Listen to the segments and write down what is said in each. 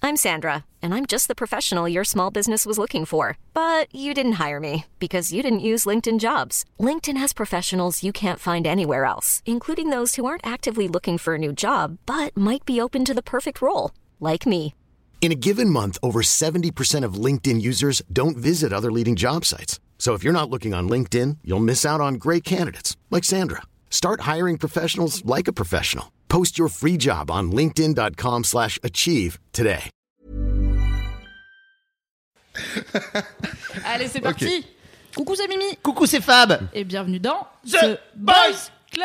I'm Sandra, and I'm just the professional your small business was looking for. But you didn't hire me because you didn't use LinkedIn Jobs. LinkedIn has professionals you can't find anywhere else, including those who aren't actively looking for a new job, but might be open to the perfect role, like me. In a given month, over 70% of LinkedIn users don't visit other leading job sites. So if you're not looking on LinkedIn, you'll miss out on great candidates like Sandra. Start hiring professionals like a professional. Post your free job on linkedin.com/achieve today. Allez, c'est parti. Okay. Coucou, c'est Mimi. Coucou, c'est Fab. Et bienvenue dans The Boys Club.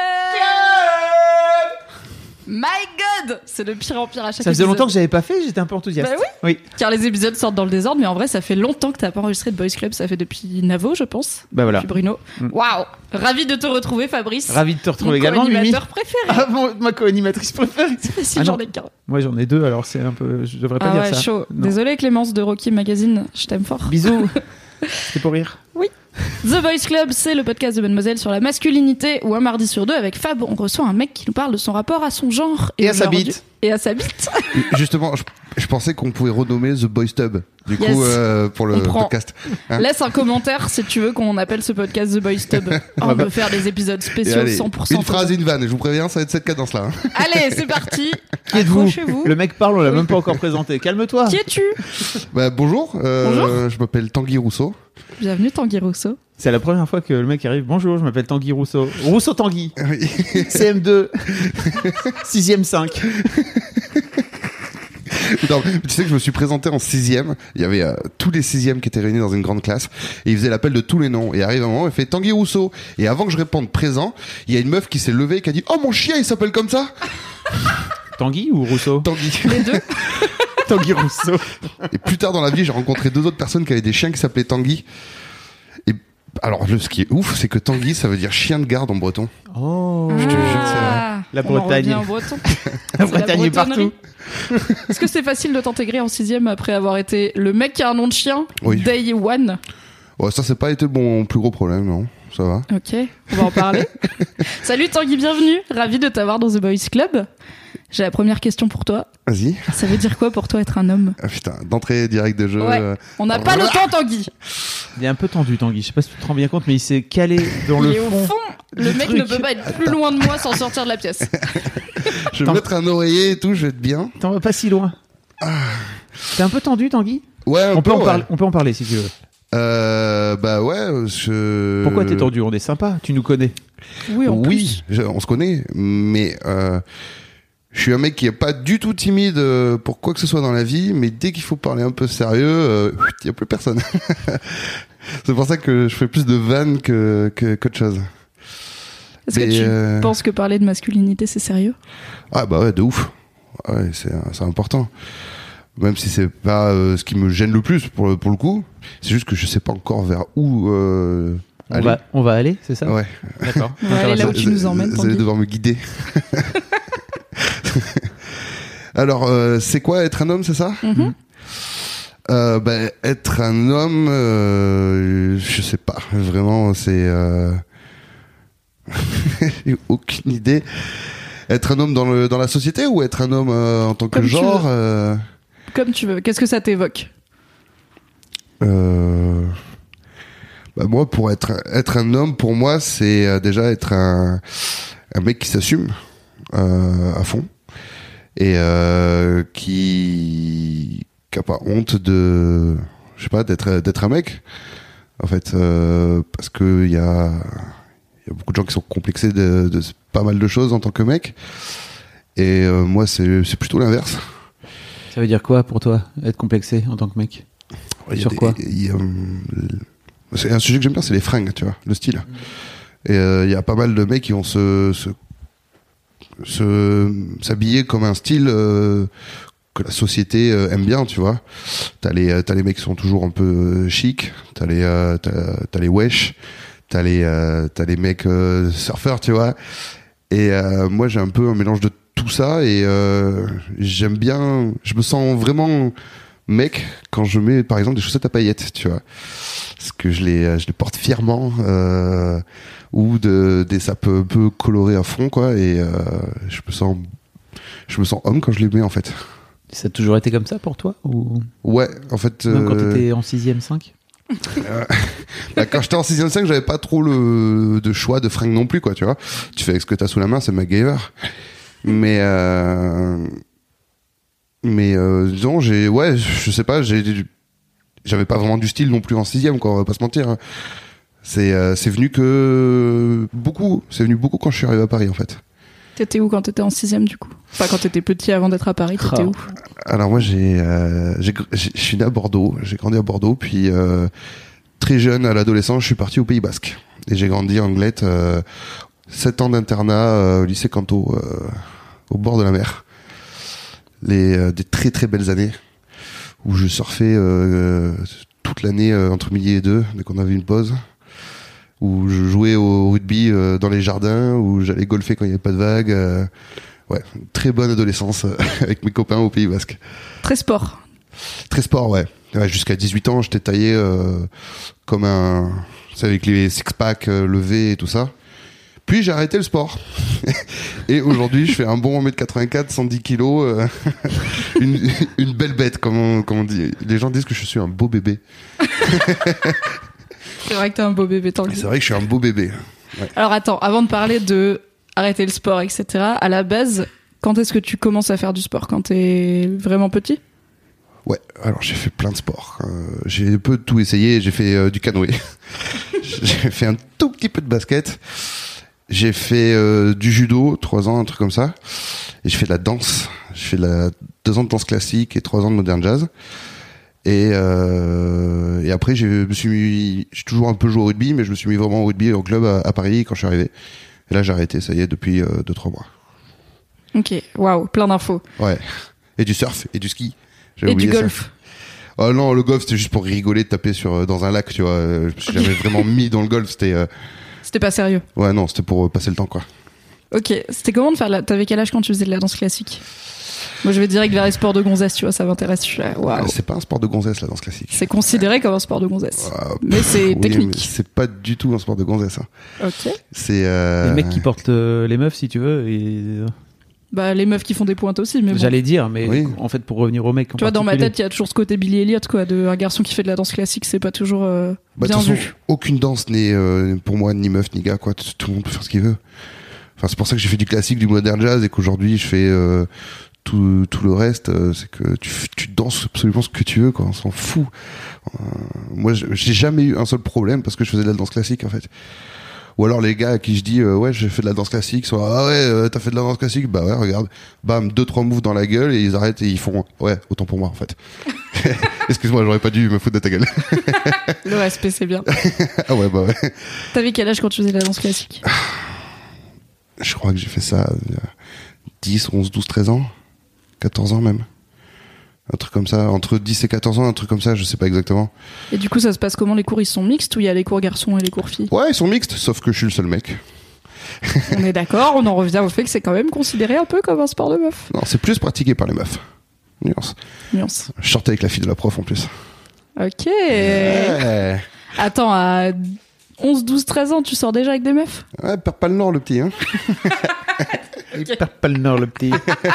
My God, c'est de pire en pire à chaque Ça faisait épisode. longtemps que j'avais pas fait, j'étais un peu enthousiaste. Bah oui. Car les épisodes sortent dans le désordre, mais en vrai, ça fait longtemps que t'as pas enregistré de Boys Club. Ça fait depuis Navo, je pense. Bah voilà. Depuis Bruno. Waouh. Ravi de te retrouver, Fabrice. Ravi de te retrouver mon également, Mimi. co-animateur préféré. Ah, ma co-animatrice préférée. Si Ah j'en non. ai qu'un. Moi j'en ai deux, alors c'est un peu. Je devrais pas dire ouais, ça. chaud. Non. Désolée, Clémence de Rocky Magazine. Je t'aime fort. Bisous. C'était pour rire. Oui. The Boys Club, c'est le podcast de Mademoiselle sur la masculinité où un mardi sur deux, avec Fab, on reçoit un mec qui nous parle de son rapport à son genre. Et à sa aujourd'hui- bite. Et à sa bite. Justement, je pensais qu'on pouvait renommer The Boys Tub, du Yes. coup, pour le On prend. podcast. Hein. Laisse un commentaire si tu veux qu'on appelle ce podcast The Boys Tub. On peut faire des épisodes Et spéciaux allez, 100%. une phrase et une vanne, et je vous préviens, ça va être cette cadence-là. Hein. Allez, c'est parti. Qui êtes-vous ? Accrochez-vous. Le mec parle, on l'a Oui. même pas encore présenté. Calme-toi. Qui es-tu ? Bah, bonjour, Bonjour. je m'appelle Tanguy Rousseau. Bienvenue Tanguy Rousseau. C'est la première fois que le mec arrive. Bonjour, je m'appelle Tanguy Rousseau. Rousseau Tanguy. Oui. CM2. 6ème 5. Non, mais tu sais que je me suis présenté en 6ème. Il y avait tous les 6ème qui étaient réunis dans une grande classe. Et il faisait l'appel de tous les noms. Et arrive un moment, il fait Tanguy Rousseau. Et avant que je réponde présent, il y a une meuf qui s'est levée et qui a dit « Oh, mon chien, il s'appelle comme ça !» Tanguy ou Rousseau ? Tanguy. Les deux. Tanguy Rousseau. Et plus tard dans la vie, j'ai rencontré deux autres personnes qui avaient des chiens qui s'appelaient Tanguy. Et alors, ce qui est ouf, c'est que Tanguy, ça veut dire chien de garde en breton. Oh. Je te jure que c'est vrai. La on en Bretagne. revient en breton. La C'est Bretagne est bretonnerie. partout. Est-ce que c'est facile de t'intégrer en 6ème après avoir été le mec qui a un nom de chien Oui. Day one? Ouais, ça, c'est pas été mon plus gros problème, non. Ça va. Ok, on va en parler. Salut Tanguy, bienvenue. Ravi de t'avoir dans The Boys Club. J'ai la première question pour toi. Vas-y. Ça veut dire quoi pour toi être un homme ? Ah, putain, d'entrée direct de jeu. Ouais. On n'a pas le temps, Tanguy. Il est un peu tendu, Tanguy. Je sais pas si tu te rends bien compte, mais il s'est calé dans Il le est au fond. fond. Le du mec truc. ne peut pas être plus loin de moi sans sortir de la pièce. Je vais mettre un oreiller et tout, je vais être bien. T'en vas pas si loin. T'es un peu tendu, Tanguy ? Ouais, On peut ouais. on peut en parler si tu veux. Bah ouais, Pourquoi t'es tendu ? On est sympa, tu nous connais. Oui, en Oui, on se connaît, mais je suis un mec qui est pas du tout timide pour quoi que ce soit dans la vie, mais dès qu'il faut parler un peu sérieux, il y a plus personne. C'est pour ça que je fais plus de vannes qu'autre chose. Est-ce que Mais, tu penses que parler de masculinité, c'est sérieux ? Ah bah ouais, de ouf. Ouais, c'est important. Même si c'est pas ce qui me gêne le plus pour le coup, c'est juste que je sais pas encore vers où aller. On va aller, c'est ça ? Ouais. D'accord. On va aller là où tu nous emmènes, Vous allez Tanguy. devoir me guider. Alors, c'est quoi être un homme, c'est ça? Mhm. Être un homme, je sais pas. Vraiment, c'est... J'ai aucune idée. Être un homme dans la société ou être un homme en tant que Comme tu genre Comme tu veux. Qu'est-ce que ça t'évoque ? Moi, pour être un homme, pour moi, c'est déjà être un mec qui s'assume à fond et qui a pas honte de, je sais pas, d'être un mec. En fait, parce que il y a beaucoup de gens qui sont complexés de pas mal de choses en tant que mec. Et moi, c'est plutôt l'inverse. Ça veut dire quoi pour toi, être complexé en tant que mec ? Sur quoi ? C'est un sujet que j'aime bien, c'est les fringues, tu vois, le style. Et il y a pas mal de mecs qui vont s'habiller comme un style que la société aime bien, tu vois. T'as les mecs qui sont toujours un peu chic, t'as les wesh, t'as les mecs surfeurs, tu vois. Et moi, j'ai un peu un mélange de tout ça et j'aime bien, je me sens vraiment mec quand je mets par exemple des chaussettes à paillettes, tu vois, parce que je les porte fièrement, ou des sapes un peu colorées à fond, quoi, et je me sens homme quand je les mets, en fait. Ça a toujours été comme ça pour toi ou... Ouais, en fait. Même quand t'étais en 6ème 5 quand j'étais en 6ème 5, j'avais pas trop de choix de fringues non plus, quoi, tu vois. Tu fais avec ce que t'as sous la main, c'est MacGyver. Mais disons, je sais pas, j'avais pas vraiment du style non plus en 6ème, quoi, on va pas se mentir. Hein. C'est venu beaucoup quand je suis arrivé à Paris, en fait. T'étais où quand t'étais en 6ème, du coup? Enfin, quand t'étais petit avant d'être à Paris, t'étais où? Alors moi, je suis né à Bordeaux, j'ai grandi à Bordeaux, puis très jeune, à l'adolescence, je suis parti au Pays Basque. Et j'ai grandi en Anglet, 7 ans d'internat au lycée Canto, au bord de la mer. Des très très belles années, où je surfais toute l'année entre midi et 2, dès qu'on avait une pause. Où je jouais au rugby dans les jardins, où j'allais golfer quand il n'y avait pas de vagues. Ouais, très bonne adolescence avec mes copains au Pays Basque. Très sport. Très sport, ouais. Jusqu'à 18 ans, j'étais taillé comme un... Tu sais, avec les six-packs levés et tout ça. Puis j'ai arrêté le sport. Et aujourd'hui, je fais un bon 1m84, 110 kilos. Une belle bête, comme on dit. Les gens disent que je suis un beau bébé. C'est vrai que t'es un beau bébé, tant que... C'est vrai que je suis un beau bébé. Ouais. Alors attends, avant de parler de arrêter le sport, etc., à la base, quand est-ce que tu commences à faire du sport? Quand t'es vraiment petit? Ouais, alors j'ai fait plein de sports. J'ai un peu tout essayé. J'ai fait du canoë. J'ai fait un tout petit peu de basket. J'ai fait du judo, 3 ans, un truc comme ça. Et j'ai fait de la danse. J'ai fait 2 ans de danse classique et 3 ans de modern jazz. Et après, j'ai toujours un peu joué au rugby, mais je me suis mis vraiment au rugby au club à Paris quand je suis arrivé. Et là, j'ai arrêté, ça y est, depuis 2-3 mois. Ok, waouh, plein d'infos. Ouais. Et du surf, et du ski. Et du golf. Oh non, le golf, c'était juste pour rigoler, de taper dans un lac, tu vois. Je me suis jamais vraiment mis dans le golf, c'était... C'était pas sérieux. Ouais, non, c'était pour passer le temps, quoi. Ok, c'était comment de faire T'avais quel âge quand tu faisais de la danse classique? Moi, je vais direct vers les sports de gonzesse, tu vois, ça m'intéresse. Je suis là, waouh. C'est pas un sport de gonzesse, la danse classique. C'est considéré comme un sport de gonzesse. Mais c'est oui, technique. Mais c'est pas du tout un sport de gonzesse. Hein. Ok. C'est les mecs qui portent les meufs, si tu veux. Et... Bah, les meufs qui font des pointes aussi, mais bon. J'allais dire, mais oui. En fait, pour revenir aux mecs. Tu vois, dans ma tête, il y a toujours ce côté Billy Elliot, quoi, de un garçon qui fait de la danse classique, c'est pas toujours bien façon, vu. Aucune danse n'est pour moi ni meuf ni gars, quoi. Tout le monde peut faire ce qu'il veut. Enfin, c'est pour ça que j'ai fait du classique, du modern jazz, et qu'aujourd'hui je fais tout le reste. C'est que tu danses absolument ce que tu veux, quoi. On s'en fout. Moi, j'ai jamais eu un seul problème parce que je faisais de la danse classique, en fait. Ou alors les gars à qui je dis ouais, j'ai fait de la danse classique, sont ah ouais, t'as fait de la danse classique, bah ouais, regarde, bam, 2-3 moves dans la gueule et ils arrêtent et ils font ouais, autant pour moi, en fait. Excuse-moi, j'aurais pas dû me foutre de ta gueule. Le respect, c'est bien. Ah ouais, bah ouais. T'avais quel âge quand tu faisais de la danse classique? Je crois que j'ai fait ça 10, 11, 12, 13 ans, 14 ans même. Un truc comme ça, entre 10 et 14 ans, un truc comme ça, je sais pas exactement. Et du coup, ça se passe comment? Les cours, ils sont mixtes ou il y a les cours garçons et les cours filles? Ouais, ils sont mixtes, sauf que je suis le seul mec. On est d'accord, on en revient au fait que c'est quand même considéré un peu comme un sport de meuf. Non, c'est plus pratiqué par les meufs. Nuance. Je sortais avec la fille de la prof en plus. Ok. Ouais. Attends, à 11, 12, 13 ans, tu sors déjà avec des meufs? Ouais, perds pas le nord, le petit, hein. Il perd pas le nord, le petit.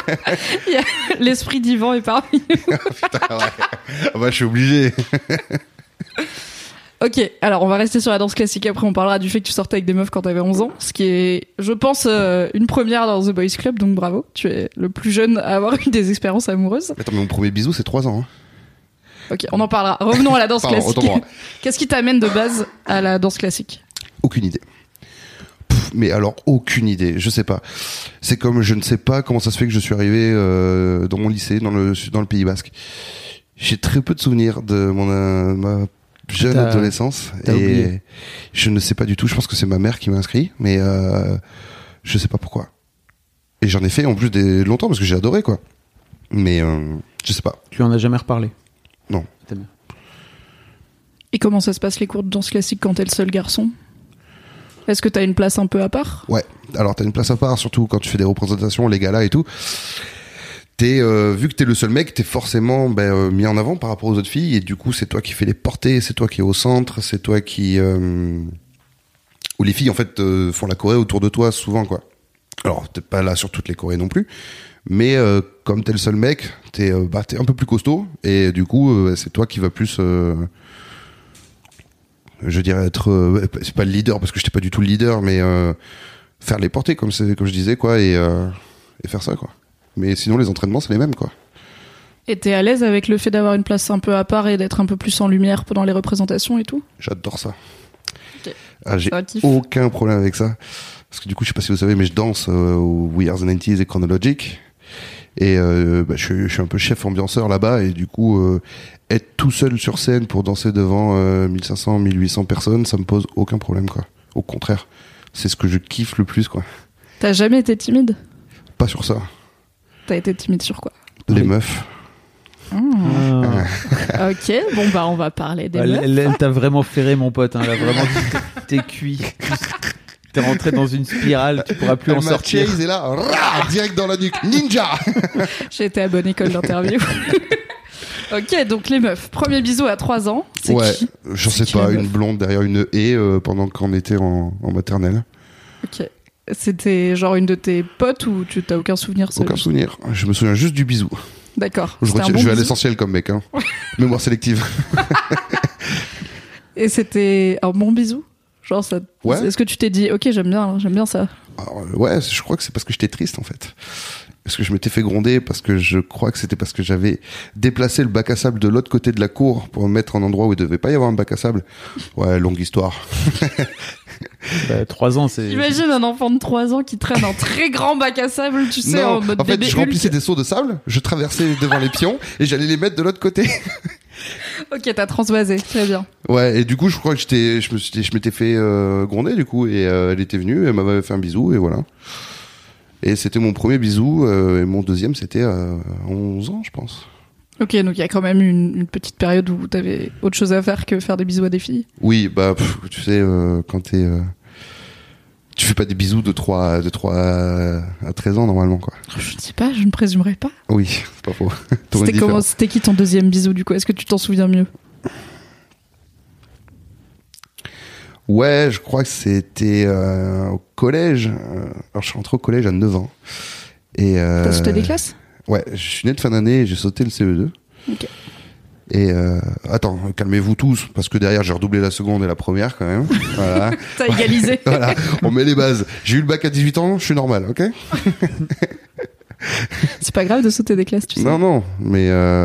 L'esprit d'Yvan est parmi nous. Putain, ouais. Ah bah, je suis obligé. Ok, alors on va rester sur la danse classique. Après, on parlera du fait que tu sortais avec des meufs quand t'avais 11 ans. Ce qui est, je pense, une première dans The Boys Club. Donc bravo, tu es le plus jeune à avoir eu des expériences amoureuses. Attends, mais mon premier bisou, c'est 3 ans. Hein. Ok, on en parlera. Revenons à la danse classique. Qu'est-ce qui t'amène de base à la danse classique? Aucune idée. Mais alors, aucune idée, je sais pas. C'est comme je ne sais pas comment ça se fait que je suis arrivé dans mon lycée, dans le Pays Basque. J'ai très peu de souvenirs de ma jeune adolescence. T'as oublié. Je ne sais pas du tout, je pense que c'est ma mère qui m'a inscrit, mais je sais pas pourquoi. Et j'en ai fait en plus longtemps parce que j'ai adoré, quoi. Mais je sais pas. Tu en as jamais reparlé? Non. Et comment ça se passe les cours de danse classique quand t'es le seul garçon? Est-ce que t'as une place un peu à part? Ouais, alors t'as une place à part, surtout quand tu fais des représentations, les galas et tout. Vu que t'es le seul mec, t'es forcément mis en avant par rapport aux autres filles, et du coup c'est toi qui fais les portées, c'est toi qui es au centre, c'est toi qui... où les filles en fait font la choré autour de toi souvent, quoi. Alors, t'es pas là sur toutes les chorés non plus, mais comme t'es le seul mec, t'es un peu plus costaud, et du coup, c'est toi qui vas plus, je dirais être, c'est pas le leader parce que j'étais pas du tout le leader, mais faire les portées comme je disais quoi, et faire ça quoi. Mais sinon, les entraînements c'est les mêmes quoi. Et t'es à l'aise avec le fait d'avoir une place un peu à part et d'être un peu plus en lumière pendant les représentations et tout ? J'adore ça. Okay. Ah, j'ai aucun problème avec ça. Parce que du coup, je sais pas si vous savez, mais je danse au We Are the 90s et Chronologic. Et je suis un peu chef ambianceur là-bas. Et du coup, être tout seul sur scène pour danser devant 1500, 1800 personnes, ça me pose aucun problème, quoi. Au contraire, c'est ce que je kiffe le plus, quoi. T'as jamais été timide ? Pas sur ça. T'as été timide sur quoi ? Les meufs. Ok, bon bah on va parler des meufs. Elle t'a vraiment ferré, mon pote. Hein. Elle a vraiment dit t'es cuit. T'es rentré dans une spirale, tu pourras plus en sortir. Chase est là, direct dans la nuque. Ninja. J'ai été à bonne école d'interview. Ok, donc les meufs. Premier bisou à 3 ans. C'est qui ? Je sais pas, une blonde derrière une haie pendant qu'on était en maternelle. Ok. C'était genre une de tes potes ou tu t'as aucun souvenir ? Aucun souvenir. Je me souviens juste du bisou. D'accord. Je vais à l'essentiel comme mec, hein. Mémoire sélective. Et c'était un bon bisou ? Genre ça. Ouais. Est-ce que tu t'es dit, ok, j'aime bien ça ? Alors, ouais, je crois que c'est parce que j'étais triste en fait. Parce que je m'étais fait gronder, parce que je crois que c'était parce que j'avais déplacé le bac à sable de l'autre côté de la cour pour me mettre en endroit où il devait pas y avoir un bac à sable. Ouais, longue histoire. 3 ans, c'est... J'imagine un enfant de 3 ans qui traîne un très grand bac à sable, tu sais, non, en mode en fait, bébé je Hulk. remplissais des seaux de sable, je traversais devant les pions et j'allais les mettre de l'autre côté. Ok, t'as transvasé, très bien. Ouais, et du coup, je crois que je m'étais fait gronder du coup, et elle était venue, elle m'avait fait un bisou et voilà. Et c'était mon premier bisou, et mon deuxième c'était à 11 ans, je pense. Ok, donc il y a quand même une petite période où t'avais autre chose à faire que faire des bisous à des filles. Oui, bah tu sais, quand tu fais pas des bisous de 3 à 13 ans normalement quoi. Je ne sais pas, je ne présumerais pas. Oui, c'est pas faux. C'était qui ton deuxième bisou du coup ? Est-ce que tu t'en souviens mieux ? Ouais, je crois que c'était au collège. Alors je suis rentré au collège à 9 ans. Et t'as sauté des classes ? Ouais, je suis né de fin d'année et j'ai sauté le CE2. Ok. Et attends, calmez-vous tous, parce que derrière j'ai redoublé la seconde et la première quand même. Voilà. T'as égalisé. Voilà, on met les bases. J'ai eu le bac à 18 ans, je suis normal, ok ? C'est pas grave de sauter des classes, tu sais. Non, mais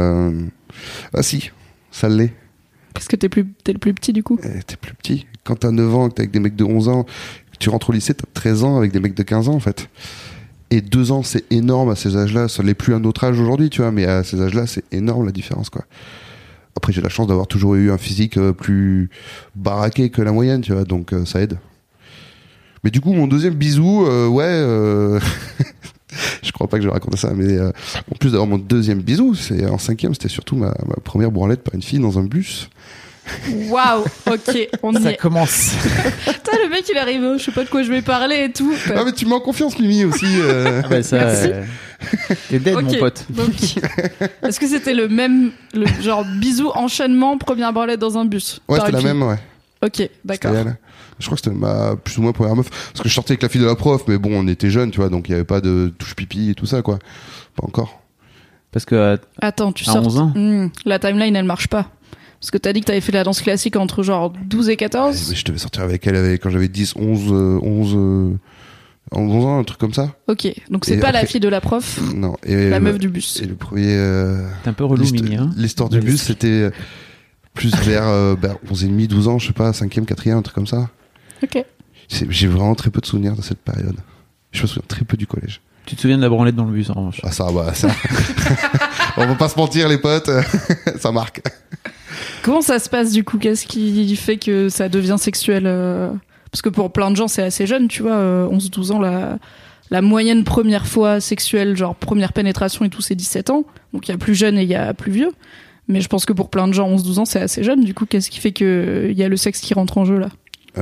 ah si, ça l'est. Parce que t'es le plus petit du coup. T'es plus petit. Quand t'as 9 ans, que t'es avec des mecs de 11 ans, que tu rentres au lycée, t'as 13 ans avec des mecs de 15 ans en fait. Et 2 ans, c'est énorme à ces âges-là. Ça l'est plus à notre âge aujourd'hui, tu vois, mais à ces âges-là, c'est énorme la différence, quoi. Après, j'ai la chance d'avoir toujours eu un physique plus baraqué que la moyenne, tu vois, donc ça aide. Mais du coup, mon deuxième bisou, je crois pas que je vais raconter ça, mais en plus d'avoir mon deuxième bisou, c'est en 5e, c'était surtout ma première branlette par une fille dans un bus. Waouh, ok, ça commence. Putain, le mec il arrive, je sais pas de quoi je vais parler et tout. Ah mais tu me mets en confiance, Mimi aussi. Ah bah ça, t'es dead, mon pote. Donc, est-ce que c'était le genre bisou enchaînement première branlette dans un bus ? Ouais, c'était la même, ouais. Ok, d'accord. Je crois que c'était ma plus ou moins première meuf, parce que je sortais avec la fille de la prof, mais bon, on était jeunes, tu vois, donc il y avait pas de touche pipi et tout ça, quoi. Pas encore. Parce que attends, tu à sors 11 ans. La timeline elle marche pas. Parce que t'as dit que t'avais fait de la danse classique entre genre 12 et 14. Mais je devais sortir avec elle quand j'avais 10, 11 ans, un truc comme ça. Ok, donc c'est et pas après, la fille de la prof, non, et la meuf du bus. Et le premier... T'es un peu relou, Mimi, hein. L'histoire du bus, c'était plus vers 11,5, 12 ans, je sais pas, 5e, 4e, un truc comme ça. Ok. J'ai vraiment très peu de souvenirs de cette période. Je me souviens très peu du collège. Tu te souviens de la branlette dans le bus, en revanche? Ah ça. On va pas se mentir, les potes, ça marque. Comment ça se passe du coup ? Qu'est-ce qui fait que ça devient sexuel Parce que pour plein de gens c'est assez jeune, tu vois, 11-12 ans, la moyenne première fois sexuelle, genre première pénétration et tout, c'est 17 ans. Donc il y a plus jeune et il y a plus vieux. Mais je pense que pour plein de gens, 11-12 ans, c'est assez jeune. Du coup, qu'est-ce qui fait qu'il y a le sexe qui rentre en jeu là ?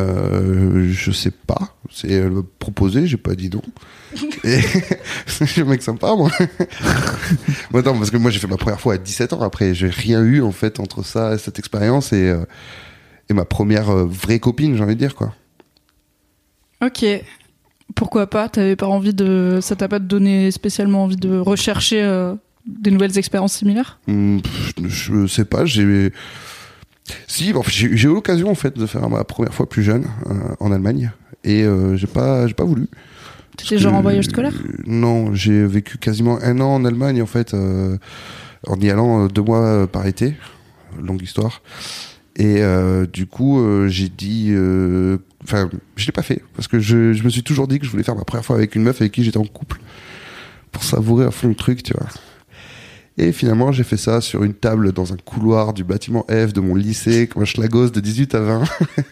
Je sais pas. C'est elle m'a proposé, j'ai pas dit non. Et je suis un mec sympa, moi. Attends, parce que moi j'ai fait ma première fois à 17 ans. Après, j'ai rien eu en fait entre ça, cette expérience et ma première vraie copine, j'ai envie de dire quoi. Ok. Pourquoi pas? T'avais pas envie ça t'a pas donné spécialement envie de rechercher des nouvelles expériences similaires? Je sais pas, j'ai eu l'occasion en fait de faire ma première fois plus jeune en Allemagne et j'ai pas voulu. T'étais genre en voyage scolaire? Non, j'ai vécu quasiment 1 an en Allemagne en fait, en y allant 2 mois par été, longue histoire. Et du coup, j'ai dit, je l'ai pas fait parce que je me suis toujours dit que je voulais faire ma première fois avec une meuf avec qui j'étais en couple pour savourer à fond le truc, tu vois. Et finalement, j'ai fait ça sur une table dans un couloir du bâtiment F de mon lycée, comme un schlagos de 18 à 20.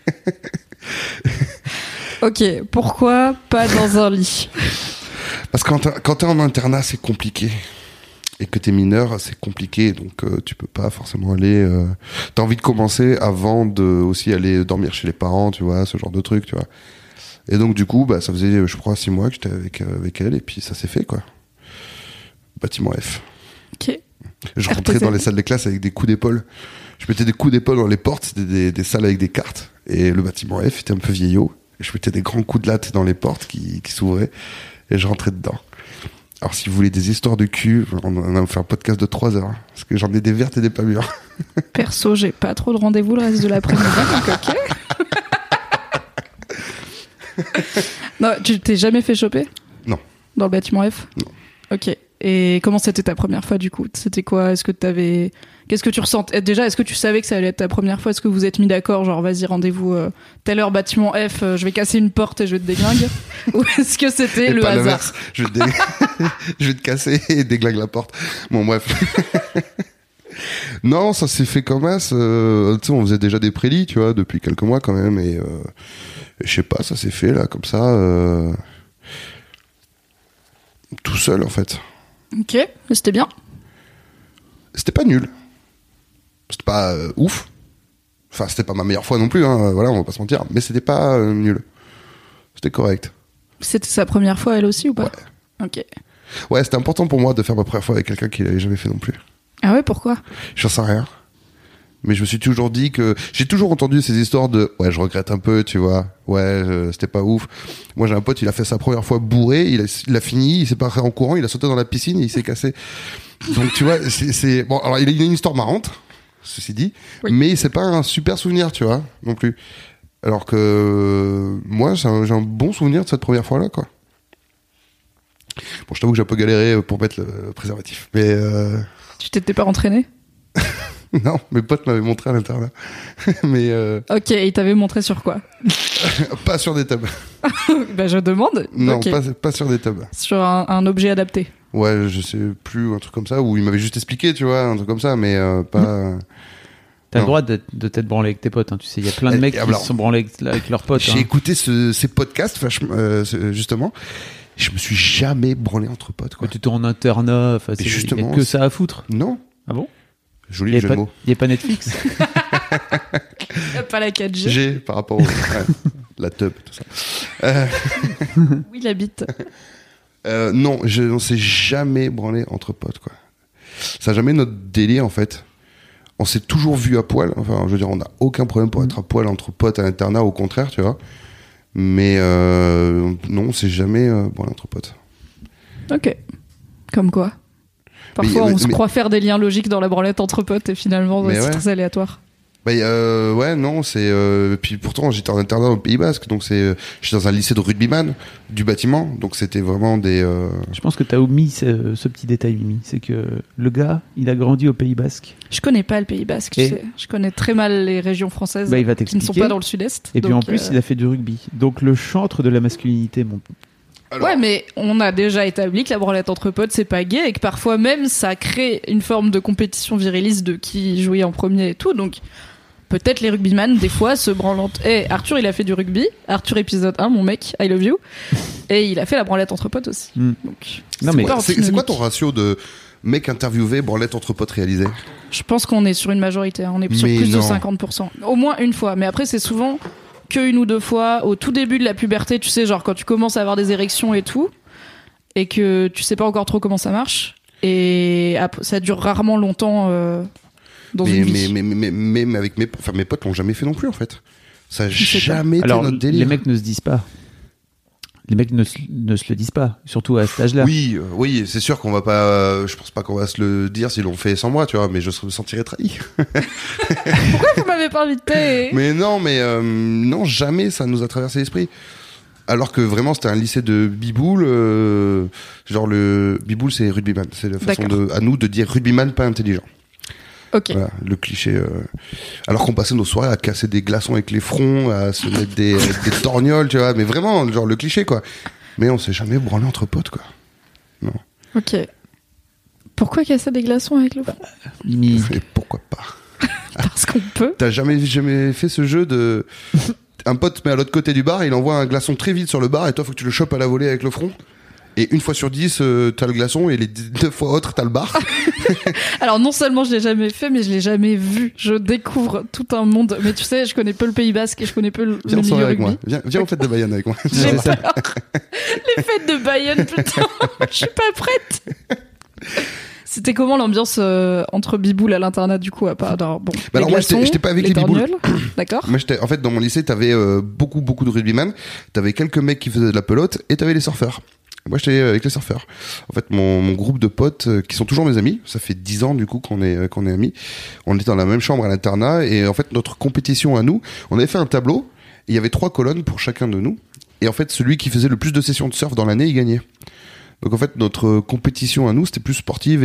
Ok, pourquoi pas dans un lit? Parce que quand t'es en internat, c'est compliqué. Et que t'es mineur, c'est compliqué. Donc, tu peux pas forcément aller... T'as envie de commencer avant de aussi aller dormir chez les parents, tu vois, ce genre de truc, tu vois. Et donc, du coup, ça faisait, je crois, 6 mois que j'étais avec elle, et puis ça s'est fait, quoi. Bâtiment F. Ok. Je rentrais dans les salles de classe avec des coups d'épaule. Je mettais des coups d'épaule dans les portes, c'était des salles avec des cartes. Et le bâtiment F était un peu vieillot. Et je mettais des grands coups de latte dans les portes qui s'ouvraient. Et je rentrais dedans. Alors si vous voulez des histoires de cul, on a fait un podcast de 3 heures. Parce que j'en ai des vertes et des pas mûres. Perso, j'ai pas trop de rendez-vous le reste de l'après-midi, donc ok. Non, tu t'es jamais fait choper? Non. Dans le bâtiment F? Non. Ok. Et comment c'était ta première fois du coup? C'était quoi? Qu'est-ce que tu ressentais? Déjà, est-ce que tu savais que ça allait être ta première fois? Est-ce que vous êtes mis d'accord, genre vas-y, rendez-vous telle heure, bâtiment F, je vais casser une porte et je vais te déglingue? Ou est-ce que c'était et le pas hasard? je vais te casser et déglingue la porte. Bon, bref. Non, ça s'est fait comme ça. Tu sais, on faisait déjà des prélits, tu vois, depuis quelques mois quand même. Et je sais pas, ça s'est fait là, comme ça. Tout seul, en fait. Ok, c'était bien. C'était pas nul. C'était pas ouf. Enfin, c'était pas ma meilleure fois non plus, hein, voilà, on va pas se mentir. Mais c'était pas nul. C'était correct. C'était sa première fois, elle aussi, ou pas? Ouais. Ok. Ouais, c'était important pour moi de faire ma première fois avec quelqu'un qui l'avait jamais fait non plus. Ah ouais, pourquoi? J'en sais rien. Mais je me suis toujours dit que... J'ai toujours entendu ces histoires de... Ouais, je regrette un peu, tu vois. Ouais, c'était pas ouf. Moi, j'ai un pote, il a fait sa première fois bourré, il a fini, il s'est paré en courant, il a sauté dans la piscine et il s'est cassé. Donc, tu vois, c'est... Bon, alors, il a une histoire marrante, ceci dit, oui. Mais c'est pas un super souvenir, tu vois, non plus. Alors que... Moi, j'ai un bon souvenir de cette première fois-là, quoi. Bon, je t'avoue que j'ai un peu galéré pour mettre le préservatif, mais... Tu t'étais pas entraîné? Non, mes potes m'avaient montré à l'internat. Mais ok, et ils t'avaient montré sur quoi? Pas sur des tables. Bah je demande. Non, okay. pas sur des tables. Sur un objet adapté. Ouais, je sais plus, un truc comme ça, où ils m'avaient juste expliqué, tu vois, un truc comme ça, mais pas... T'as le droit de t'être branlé avec tes potes, hein. Tu sais, il y a plein de mecs qui se sont branlés avec leurs potes. J'ai écouté ces podcasts, justement, je me suis jamais branlé entre potes, quoi. Tu étais en internat, il y a que ça à foutre. Non. Ah bon? Joli jeu de mots. Il n'y a pas Netflix? Il n'y a pas la 4G. J'ai, par rapport au... la tub, tout ça. Oui, la bite. Non, on s'est jamais branlé entre potes, quoi. Ça n'a jamais notre délire, en fait. On s'est toujours vu à poil. Enfin, je veux dire, on n'a aucun problème pour être à poil entre potes à l'internat, au contraire, tu vois. Mais non, on s'est jamais branlé entre potes. Ok. Comme quoi? Parfois, on se croit faire des liens logiques dans la branlette entre potes et finalement, c'est très aléatoire. Ouais, non, c'est... puis pourtant, j'étais en internat au Pays Basque, donc j'étais dans un lycée de rugbyman du bâtiment, donc c'était vraiment des... Je pense que t'as omis ce petit détail, Mimi. C'est que le gars, il a grandi au Pays Basque. Je connais pas le Pays Basque, tu sais. Je connais très mal les régions françaises qui ne sont pas dans le sud-est. Et puis en plus, il a fait du rugby. Donc le chantre de la masculinité, mon... Alors... Ouais, mais on a déjà établi que la branlette entre potes, c'est pas gay et que parfois même ça crée une forme de compétition viriliste de qui jouait en premier et tout. Donc peut-être les rugbyman, des fois, se branlent. Arthur, il a fait du rugby. Arthur, épisode 1, mon mec, I love you. Et il a fait la branlette entre potes aussi. Donc, c'est quoi ton ratio de mec interviewé, branlette entre potes réalisé? Je pense qu'on est sur une majorité. On est sur plus de 50%. Au moins une fois. Mais après, c'est souvent... qu'une ou deux fois au tout début de la puberté, tu sais, genre quand tu commences à avoir des érections et tout, et que tu sais pas encore trop comment ça marche, et ça dure rarement longtemps dans une vie. Mais avec mes potes l'ont jamais fait non plus, en fait. Ça a jamais été notre délire. Les mecs ne se disent pas. Les mecs ne se le disent pas, surtout à cet âge-là. Oui, c'est sûr qu'on va pas. Je pense pas qu'on va se le dire s'ils l'ont fait sans moi, tu vois. Mais je me sentirais trahi. Pourquoi vous m'avez pas invité? Mais non, jamais ça nous a traversé l'esprit. Alors que vraiment c'était un lycée de biboule, genre le biboule c'est rugbyman, c'est la façon à nous de dire rugbyman pas intelligent. Ok. Voilà, le cliché. Alors qu'on passait nos soirées à casser des glaçons avec les fronts, à se mettre des torgnoles, tu vois, mais vraiment genre le cliché quoi. Mais on s'est jamais branlé entre potes quoi. Non. Ok. Pourquoi casser des glaçons avec le front? Et pourquoi pas? Parce qu'on peut. T'as jamais fait ce jeu de un pote met à l'autre côté du bar, il envoie un glaçon très vite sur le bar et toi faut que tu le chopes à la volée avec le front. Et une fois sur 10, t'as le glaçon et les 2 fois autres, t'as le bar. Alors non seulement je l'ai jamais fait, mais je l'ai jamais vu. Je découvre tout un monde. Mais tu sais, je connais peu le Pays Basque et je connais peu le milieu avec rugby. moi. Viens aux fêtes de Bayonne avec moi. J'ai peur. Les fêtes de Bayonne, putain, je suis pas prête. C'était comment l'ambiance entre biboules à l'internat du coup à part bon, alors moi j'étais pas avec les biboules. D'accord. Moi en fait dans mon lycée t'avais beaucoup de rugbyman, t'avais quelques mecs qui faisaient de la pelote et t'avais les surfeurs. Moi j'étais avec les surfeurs. En fait mon groupe de potes qui sont toujours mes amis, ça fait 10 ans du coup qu'on est amis. On était dans la même chambre à l'internat et en fait notre compétition à nous, on avait fait un tableau et il y avait 3 colonnes pour chacun de nous et en fait celui qui faisait le plus de sessions de surf dans l'année il gagnait. Donc en fait notre compétition à nous c'était plus sportive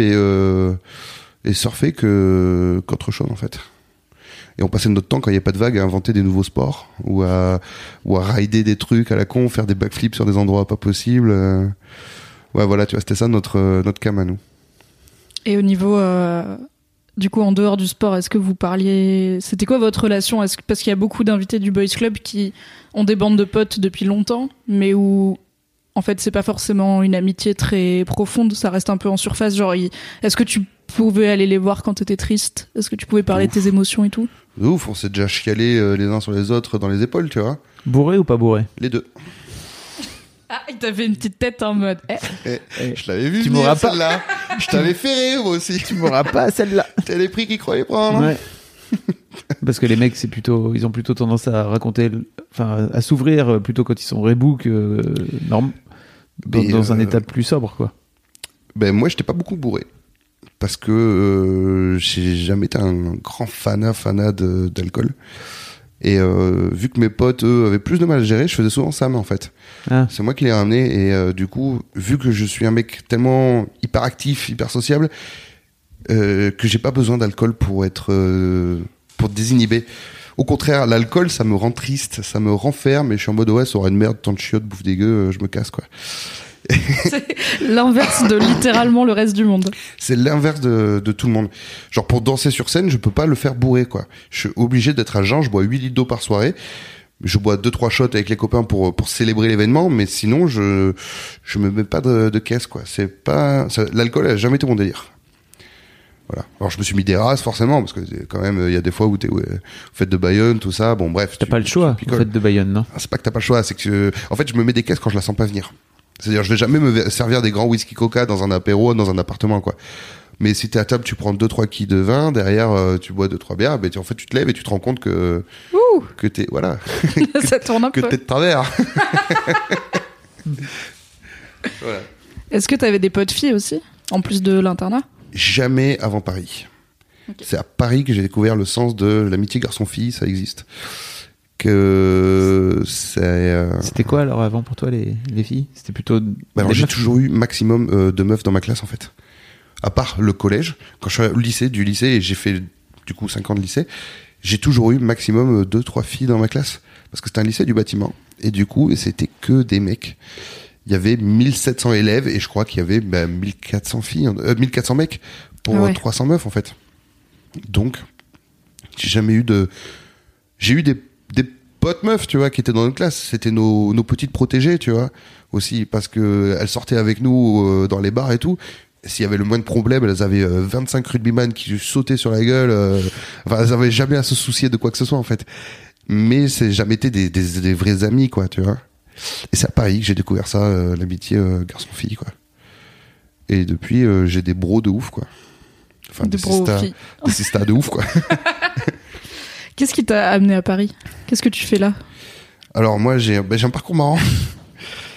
et surfer qu'autre chose en fait. Et on passait notre temps quand il n'y avait pas de vagues à inventer des nouveaux sports ou à rider des trucs à la con, faire des backflips sur des endroits pas possibles. Ouais voilà, tu vois, c'était ça notre cam à nous. Et au niveau du coup en dehors du sport, est-ce que vous parliez, c'était quoi votre relation? Parce qu'il y a beaucoup d'invités du Boys Club qui ont des bandes de potes depuis longtemps, mais où en fait, c'est pas forcément une amitié très profonde, ça reste un peu en surface. Genre, est-ce que tu pouvais aller les voir quand t'étais triste? Est-ce que tu pouvais parler de tes émotions et tout? Ouf, on s'est déjà chialé les uns sur les autres dans les épaules, tu vois. Bourré ou pas bourré? Les deux. Ah, il t'avait une petite tête en mode. Je l'avais vu tu venir, m'auras pas celle-là. Je t'avais fait rire, moi aussi. Tu m'auras pas celle-là. T'as les prix qu'ils croyaient prendre. Ouais. Parce que les mecs, ils ont plutôt tendance à raconter, à s'ouvrir plutôt quand ils sont rebous que dans un état plus sobre, quoi. Ben moi, j'étais pas beaucoup bourré parce que j'ai jamais été un grand fanat d'alcool. Et vu que mes potes, eux, avaient plus de mal à gérer, je faisais souvent ça, mais en fait. Ah. C'est moi qui les ramenais. Et du coup, vu que je suis un mec tellement hyper actif, hyper sociable, que j'ai pas besoin d'alcool pour désinhiber. Au contraire, l'alcool, ça me rend triste, ça me renferme, et je suis en mode, ouais, ça aura une merde, tant de chiottes, bouffe dégueu, je me casse, quoi. C'est l'inverse de littéralement le reste du monde. C'est l'inverse de tout le monde. Genre, pour danser sur scène, je peux pas le faire bourré, quoi. Je suis obligé d'être à jeun, je bois 8 litres d'eau par soirée. Je bois 2-3 shots avec les copains pour célébrer l'événement, mais sinon, je me mets pas de caisse, quoi. L'alcool a jamais été mon délire. Voilà. Alors je me suis mis des races forcément parce que quand même il y a des fois où t'es fête de Bayonne tout ça, bon bref. T'as pas le choix fête de Bayonne, non? C'est pas que t'as pas le choix, c'est que en fait je me mets des caisses quand je la sens pas venir. C'est-à-dire je vais jamais me servir des grands whisky coca dans un apéro dans un appartement, quoi. Mais si t'es à table, tu prends 2-3 quilles de vin, derrière tu bois 2-3 bières, en fait tu te lèves et tu te rends compte que t'es voilà ça tourne un peu, que t'es de travers. Voilà. Est-ce que t'avais des potes filles aussi en plus de l'internat? Jamais avant Paris. Okay. C'est à Paris que j'ai découvert le sens de l'amitié garçon-fille, ça existe. C'était quoi alors avant pour toi les filles? C'était plutôt. Alors j'ai toujours eu maximum de meufs dans ma classe en fait. À part le collège, quand je suis au lycée, et j'ai fait du coup 5 ans de lycée, j'ai toujours eu maximum 2-3 filles dans ma classe. Parce que c'était un lycée du bâtiment. Et du coup, c'était que des mecs. Il y avait 1700 élèves et je crois qu'il y avait 1400 filles, 1400 mecs pour 300 meufs en fait. Donc, j'ai eu des potes meufs, tu vois, qui étaient dans notre classe. C'était nos petites protégées, tu vois, aussi parce que elles sortaient avec nous dans les bars et tout. S'il y avait le moindre problème, elles avaient 25 rugbyman qui sautaient sur la gueule. Elles avaient jamais à se soucier de quoi que ce soit en fait. Mais c'est jamais été des vrais amis, quoi, tu vois. Et c'est à Paris que j'ai découvert ça, l'amitié garçon-fille, quoi. Et depuis, j'ai des bros de ouf, quoi. Enfin, des sistas de ouf, quoi. Qu'est-ce qui t'a amené à Paris? Qu'est-ce que tu fais là? Alors moi, j'ai un parcours marrant.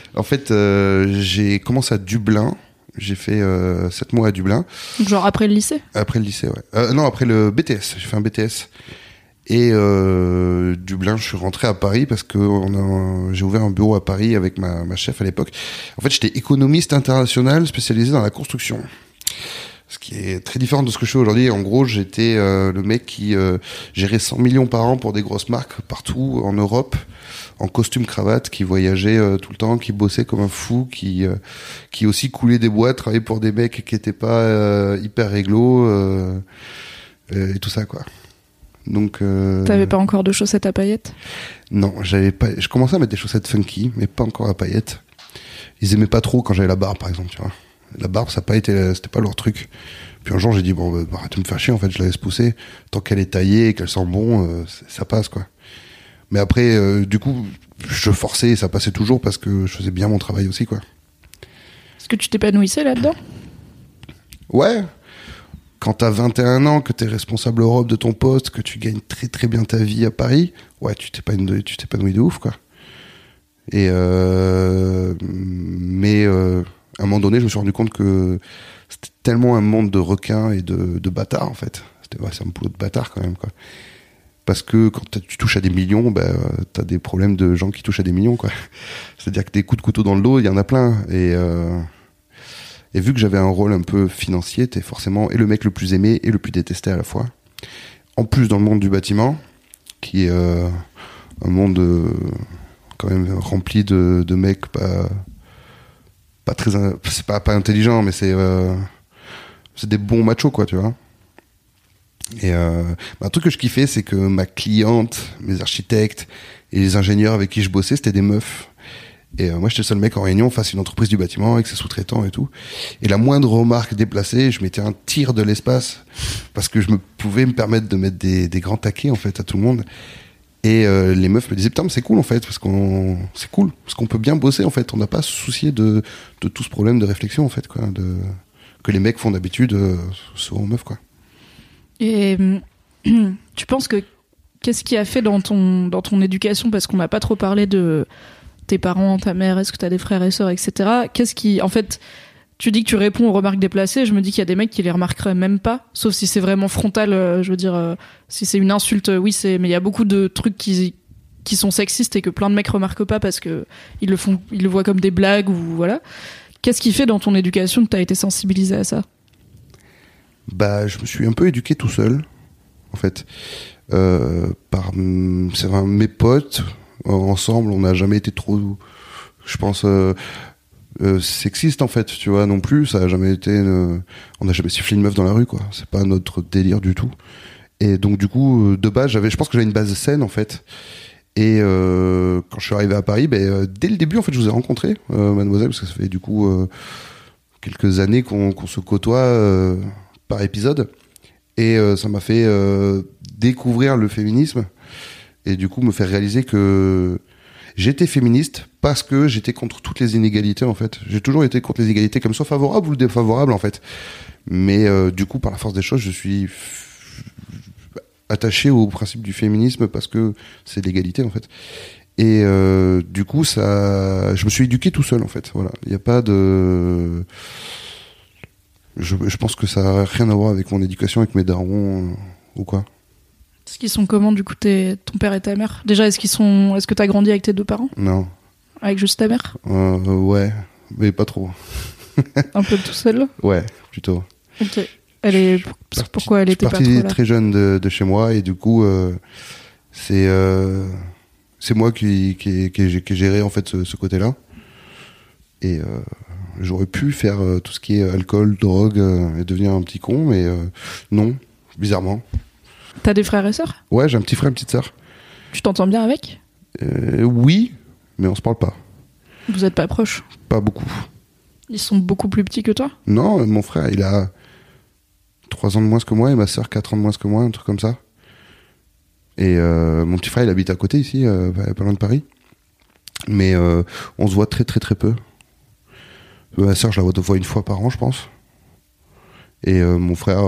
En fait, j'ai commencé à Dublin. J'ai fait 7 mois à Dublin. Donc genre après le lycée ? Après le lycée, ouais. Non, après le BTS. J'ai fait un BTS. Et Dublin, je suis rentré à Paris parce que j'ai ouvert un bureau à Paris avec ma chef à l'époque. En fait, j'étais économiste international spécialisé dans la construction. Ce qui est très différent de ce que je fais aujourd'hui. En gros, j'étais le mec qui gérait 100 millions par an pour des grosses marques partout en Europe, en costume cravate, qui voyageait tout le temps, qui bossait comme un fou, qui aussi coulait des boîtes, travaillait pour des mecs qui étaient pas hyper réglo et tout ça, quoi. Donc t'avais pas encore de chaussettes à paillettes ? Non, j'avais pas. Je commençais à mettre des chaussettes funky, mais pas encore à paillettes. Ils aimaient pas trop quand j'avais la barbe, par exemple, tu vois. La barbe, c'était pas leur truc. Puis un jour, j'ai dit bon, arrête de me faire chier, en fait, je la laisse pousser. Tant qu'elle est taillée et qu'elle sent bon, ça passe, quoi. Mais après, du coup, je forçais et ça passait toujours parce que je faisais bien mon travail aussi, quoi. Est-ce que tu t'épanouissais là-dedans ? Ouais. Quand t'as 21 ans, que t'es responsable Europe de ton poste, que tu gagnes très très bien ta vie à Paris, ouais, tu t'épanouis de ouf, quoi. Et mais à un moment donné, je me suis rendu compte que c'était tellement un monde de requins et de bâtards, en fait. C'est un boulot de bâtard, quand même, quoi. Parce que quand tu touches à des millions, t'as des problèmes de gens qui touchent à des millions, quoi. C'est-à-dire que des coups de couteau dans le dos, il y en a plein. Et vu que j'avais un rôle un peu financier, t'es forcément et le mec le plus aimé et le plus détesté à la fois. En plus, dans le monde du bâtiment, qui est un monde quand même rempli de mecs pas très, c'est pas intelligent, mais c'est des bons machos, quoi, tu vois. Et un truc que je kiffais, c'est que ma cliente, mes architectes et les ingénieurs avec qui je bossais, c'était des meufs. Et moi, j'étais le seul mec en réunion face à une entreprise du bâtiment avec ses sous-traitants et tout. Et la moindre remarque déplacée, je mettais un tir de l'espace parce que je pouvais me permettre de mettre des grands taquets, en fait, à tout le monde. Et les meufs me disaient putain, mais c'est cool, en fait, parce qu'on peut bien bosser, en fait. On n'a pas à se soucier de tout ce problème de réflexion, en fait, quoi, que les mecs font d'habitude souvent aux meufs, quoi. Et tu penses que qu'est-ce qui a fait dans ton éducation, parce qu'on n'a pas trop parlé de tes parents, ta mère, est-ce que t'as des frères et sœurs, etc. Qu'est-ce qui, en fait, tu dis que tu réponds aux remarques déplacées, je me dis qu'il y a des mecs qui les remarqueraient même pas, sauf si c'est vraiment frontal, je veux dire, si c'est une insulte, oui, mais il y a beaucoup de trucs qui sont sexistes et que plein de mecs remarquent pas parce que ils le voient comme des blagues ou voilà. Qu'est-ce qui fait dans ton éducation que t'as été sensibilisé à ça ? Je me suis un peu éduqué tout seul, en fait, par mes potes. Ensemble, on n'a jamais été trop, je pense, sexiste, en fait, tu vois, non plus. Ça a jamais été on n'a jamais sifflé une meuf dans la rue, quoi. C'est pas notre délire du tout. Et donc, du coup, de base, je pense que j'avais une base saine, en fait. Et quand je suis arrivé à Paris, dès le début, en fait, je vous ai rencontré, mademoiselle, parce que ça fait du coup quelques années qu'on se côtoie par épisode. Et ça m'a fait découvrir le féminisme. Et du coup me faire réaliser que j'étais féministe parce que j'étais contre toutes les inégalités, en fait. J'ai toujours été contre les inégalités, comme soit favorable ou défavorable, en fait. Mais du coup, par la force des choses, je suis attaché au principe du féminisme parce que c'est l'égalité, en fait. Et du coup, je me suis éduqué tout seul, en fait. Voilà. Il n'y a pas de... Je pense que ça n'a rien à voir avec mon éducation, avec mes darons ou quoi. Est-ce qu'ils sont comment, du coup, ton père et ta mère ? Déjà, est-ce que t'as grandi avec tes deux parents ? Non. Avec juste ta mère ? Ouais, mais pas trop. Un peu tout seul ? Ouais, plutôt. Ok. Pourquoi elle était pas trop là ? Je suis parti très jeune de chez moi et du coup, c'est moi qui ai géré, en fait, ce côté-là. Et j'aurais pu faire tout ce qui est alcool, drogue et devenir un petit con, mais non, bizarrement. T'as des frères et sœurs ? Ouais, j'ai un petit frère et une petite sœur. Tu t'entends bien avec ? Oui, mais on se parle pas. Vous êtes pas proches ? Pas beaucoup. Ils sont beaucoup plus petits que toi ? Non, mon frère, il a 3 ans de moins que moi et ma sœur 4 ans de moins que moi, un truc comme ça. Et mon petit frère, il habite à côté ici, pas loin de Paris. Mais on se voit très très très peu. Ma sœur, je la vois une fois par an, je pense. Et mon frère...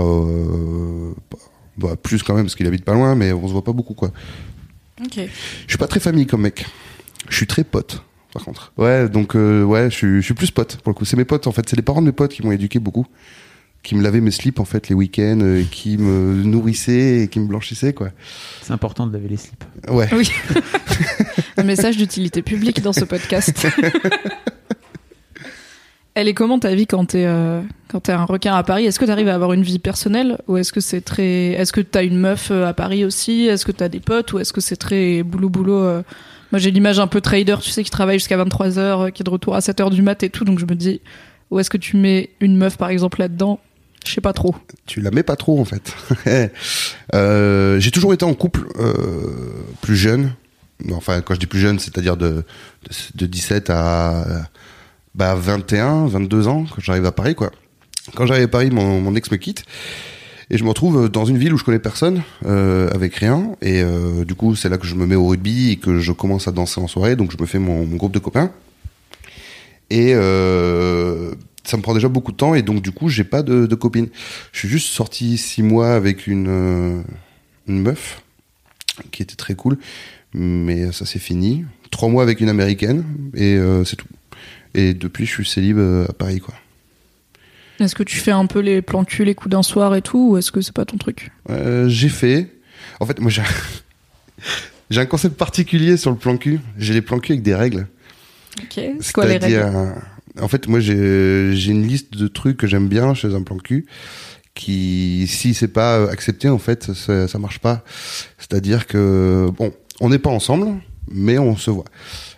plus quand même parce qu'il habite pas loin, mais on se voit pas beaucoup, quoi. Ok. Je suis pas très famille comme mec. Je suis très pote. par contre. Ouais, donc ouais, je suis plus pote pour le coup. C'est mes potes en fait, c'est les parents de mes potes qui m'ont éduqué beaucoup, qui me lavaient mes slips en fait les week-ends, qui me nourrissaient et qui me blanchissaient quoi. C'est important de laver les slips. Ouais. Oui. Un message d'utilité publique dans ce podcast. Elle est comment ta vie quand t'es un requin à Paris? Est-ce que t'arrives à avoir une vie personnelle ou est-ce que t'as une meuf à Paris aussi? Est-ce que t'as des potes ou est-ce que c'est très boulot? Moi j'ai l'image un peu trader, tu sais, qui travaille jusqu'à 23h, qui est de retour à 7h du mat et tout, donc je me dis où est-ce que tu mets une meuf par exemple là-dedans? Je sais pas trop. Tu la mets pas trop en fait. J'ai toujours été en couple plus jeune. Enfin quand je dis plus jeune, c'est-à-dire de 17 à 21, 22 ans, quand j'arrive à Paris, quoi. Quand j'arrive à Paris, mon ex me quitte, et je me retrouve dans une ville où je connais personne, avec rien, et du coup, c'est là que je me mets au rugby et que je commence à danser en soirée, donc je me fais mon groupe de copains. Et ça me prend déjà beaucoup de temps, et donc du coup, j'ai pas de copine. Je suis juste sorti 6 mois avec une meuf, qui était très cool, mais ça s'est fini. 3 mois avec une américaine, et c'est tout. Et depuis, je suis célib à Paris, quoi. Est-ce que tu fais un peu les plans cul, les coups d'un soir et tout, ou est-ce que c'est pas ton truc? J'ai fait. En fait, moi, j'ai un concept particulier sur le plan cul. J'ai les plans cul avec des règles. Ok, c'est quoi les règles? En fait, moi, j'ai une liste de trucs que j'aime bien chez un plan cul qui, si c'est pas accepté, en fait, ça marche pas. C'est-à-dire que, bon, on n'est pas ensemble, mais on se voit.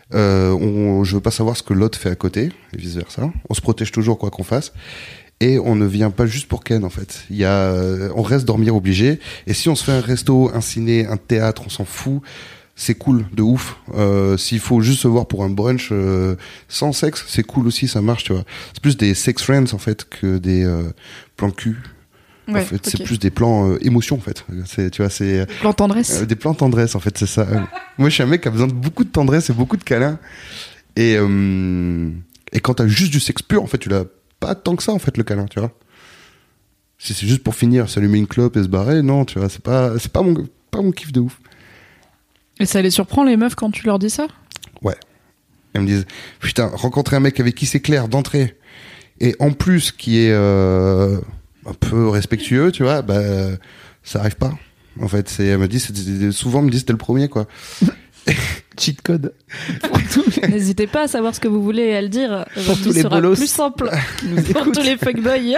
Je veux pas savoir ce que l'autre fait à côté, et vice versa. On se protège toujours quoi qu'on fasse. Et on ne vient pas juste pour Ken, en fait. On reste dormir obligé. Et si on se fait un resto, un ciné, un théâtre, on s'en fout. C'est cool, de ouf. S'il faut juste se voir pour un brunch sans sexe, c'est cool aussi, ça marche, tu vois. C'est plus des sex friends, en fait, que des plans cul. Ouais, en fait, okay. C'est plus des plans émotion, en fait. Tu vois, c'est des plans tendresse. Des plans tendresse, en fait, c'est ça. Moi, je suis un mec qui a besoin de beaucoup de tendresse et beaucoup de câlins. Et quand t'as juste du sexe pur, en fait, tu l'as pas tant que ça, en fait, le câlin, tu vois. Si c'est juste pour finir, s'allumer une clope et se barrer, non, tu vois, c'est pas mon kiff de ouf. Et ça les surprend, les meufs, quand tu leur dis ça? Ouais. Elles me disent, putain, rencontrer un mec avec qui c'est clair d'entrée, et en plus qui est un peu respectueux, tu vois, bah ça arrive pas. En fait, elle me dit, souvent me dit c'était le premier, quoi. Cheat code. N'hésitez pas à savoir ce que vous voulez et à le dire. Pour tous les sera bolos plus simple pour tous les fuckboys.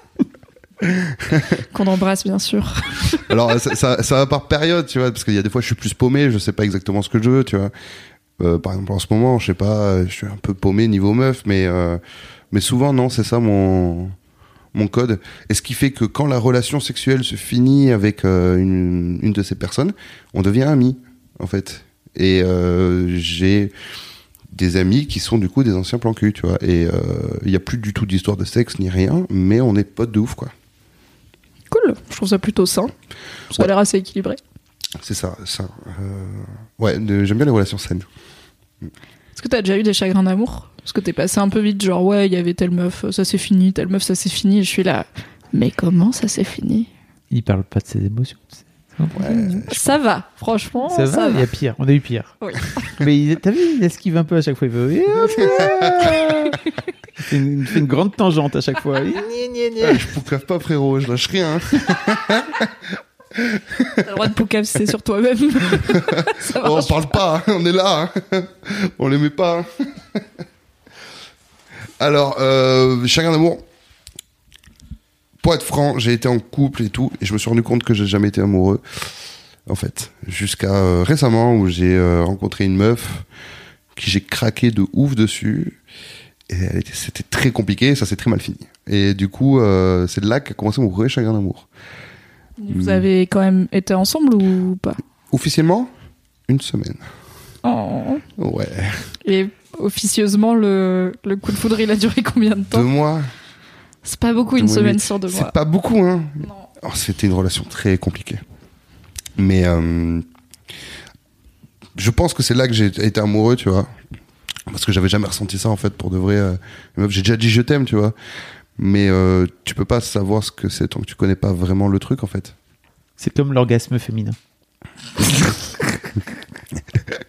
Qu'on embrasse, bien sûr. Alors ça va par période, tu vois, parce qu'il y a des fois je suis plus paumé, je sais pas exactement ce que je veux, tu vois. Par exemple en ce moment, je sais pas, je suis un peu paumé niveau meuf, mais souvent non, c'est ça mon code. Et ce qui fait que quand la relation sexuelle se finit avec une de ces personnes, on devient amis, en fait. Et j'ai des amis qui sont du coup des anciens plans cul, tu vois. Et il y a plus du tout d'histoire de sexe ni rien, mais on est potes de ouf, quoi. Cool, je trouve ça plutôt sain. Ça a l'air assez équilibré. C'est ça. Ouais, j'aime bien les relations saines. Est-ce que t'as déjà eu des chagrins d'amour? Parce que t'es passé un peu vite, genre ouais, il y avait telle meuf, ça s'est fini, telle meuf, ça s'est fini, et je suis là, mais comment ça s'est fini? Il parle pas de ses émotions. Ça va, franchement. Ça va, il y a pire, on a eu pire. Oui. Mais t'as vu, il esquive un peu à chaque fois. Il fait une grande tangente à chaque fois. Je poucave pas, frérot, je lâche rien. T'as le droit de poucavser sur toi-même. On parle pas, on est là. On les met pas. Alors, chagrin d'amour. Pour être franc, j'ai été en couple et tout, et je me suis rendu compte que j'ai jamais été amoureux, en fait. Jusqu'à récemment, où j'ai rencontré une meuf qui j'ai craqué de ouf dessus, et c'était très compliqué, ça s'est très mal fini. Et du coup, c'est de là qu'a commencé mon vrai chagrin d'amour. Vous avez quand même été ensemble ou pas? Officiellement, 1 semaine. Oh. Ouais. Et officieusement, le coup de foudre, il a duré combien de temps? 2 mois. C'est pas beaucoup, une semaine sur 2 mois. C'est pas beaucoup, hein. Non. Alors, c'était une relation très compliquée. Mais je pense que c'est là que j'ai été amoureux, tu vois. Parce que j'avais jamais ressenti ça, en fait, pour de vrai. J'ai déjà dit je t'aime, tu vois. Mais tu peux pas savoir ce que c'est tant que tu connais pas vraiment le truc, en fait. C'est comme l'orgasme féminin.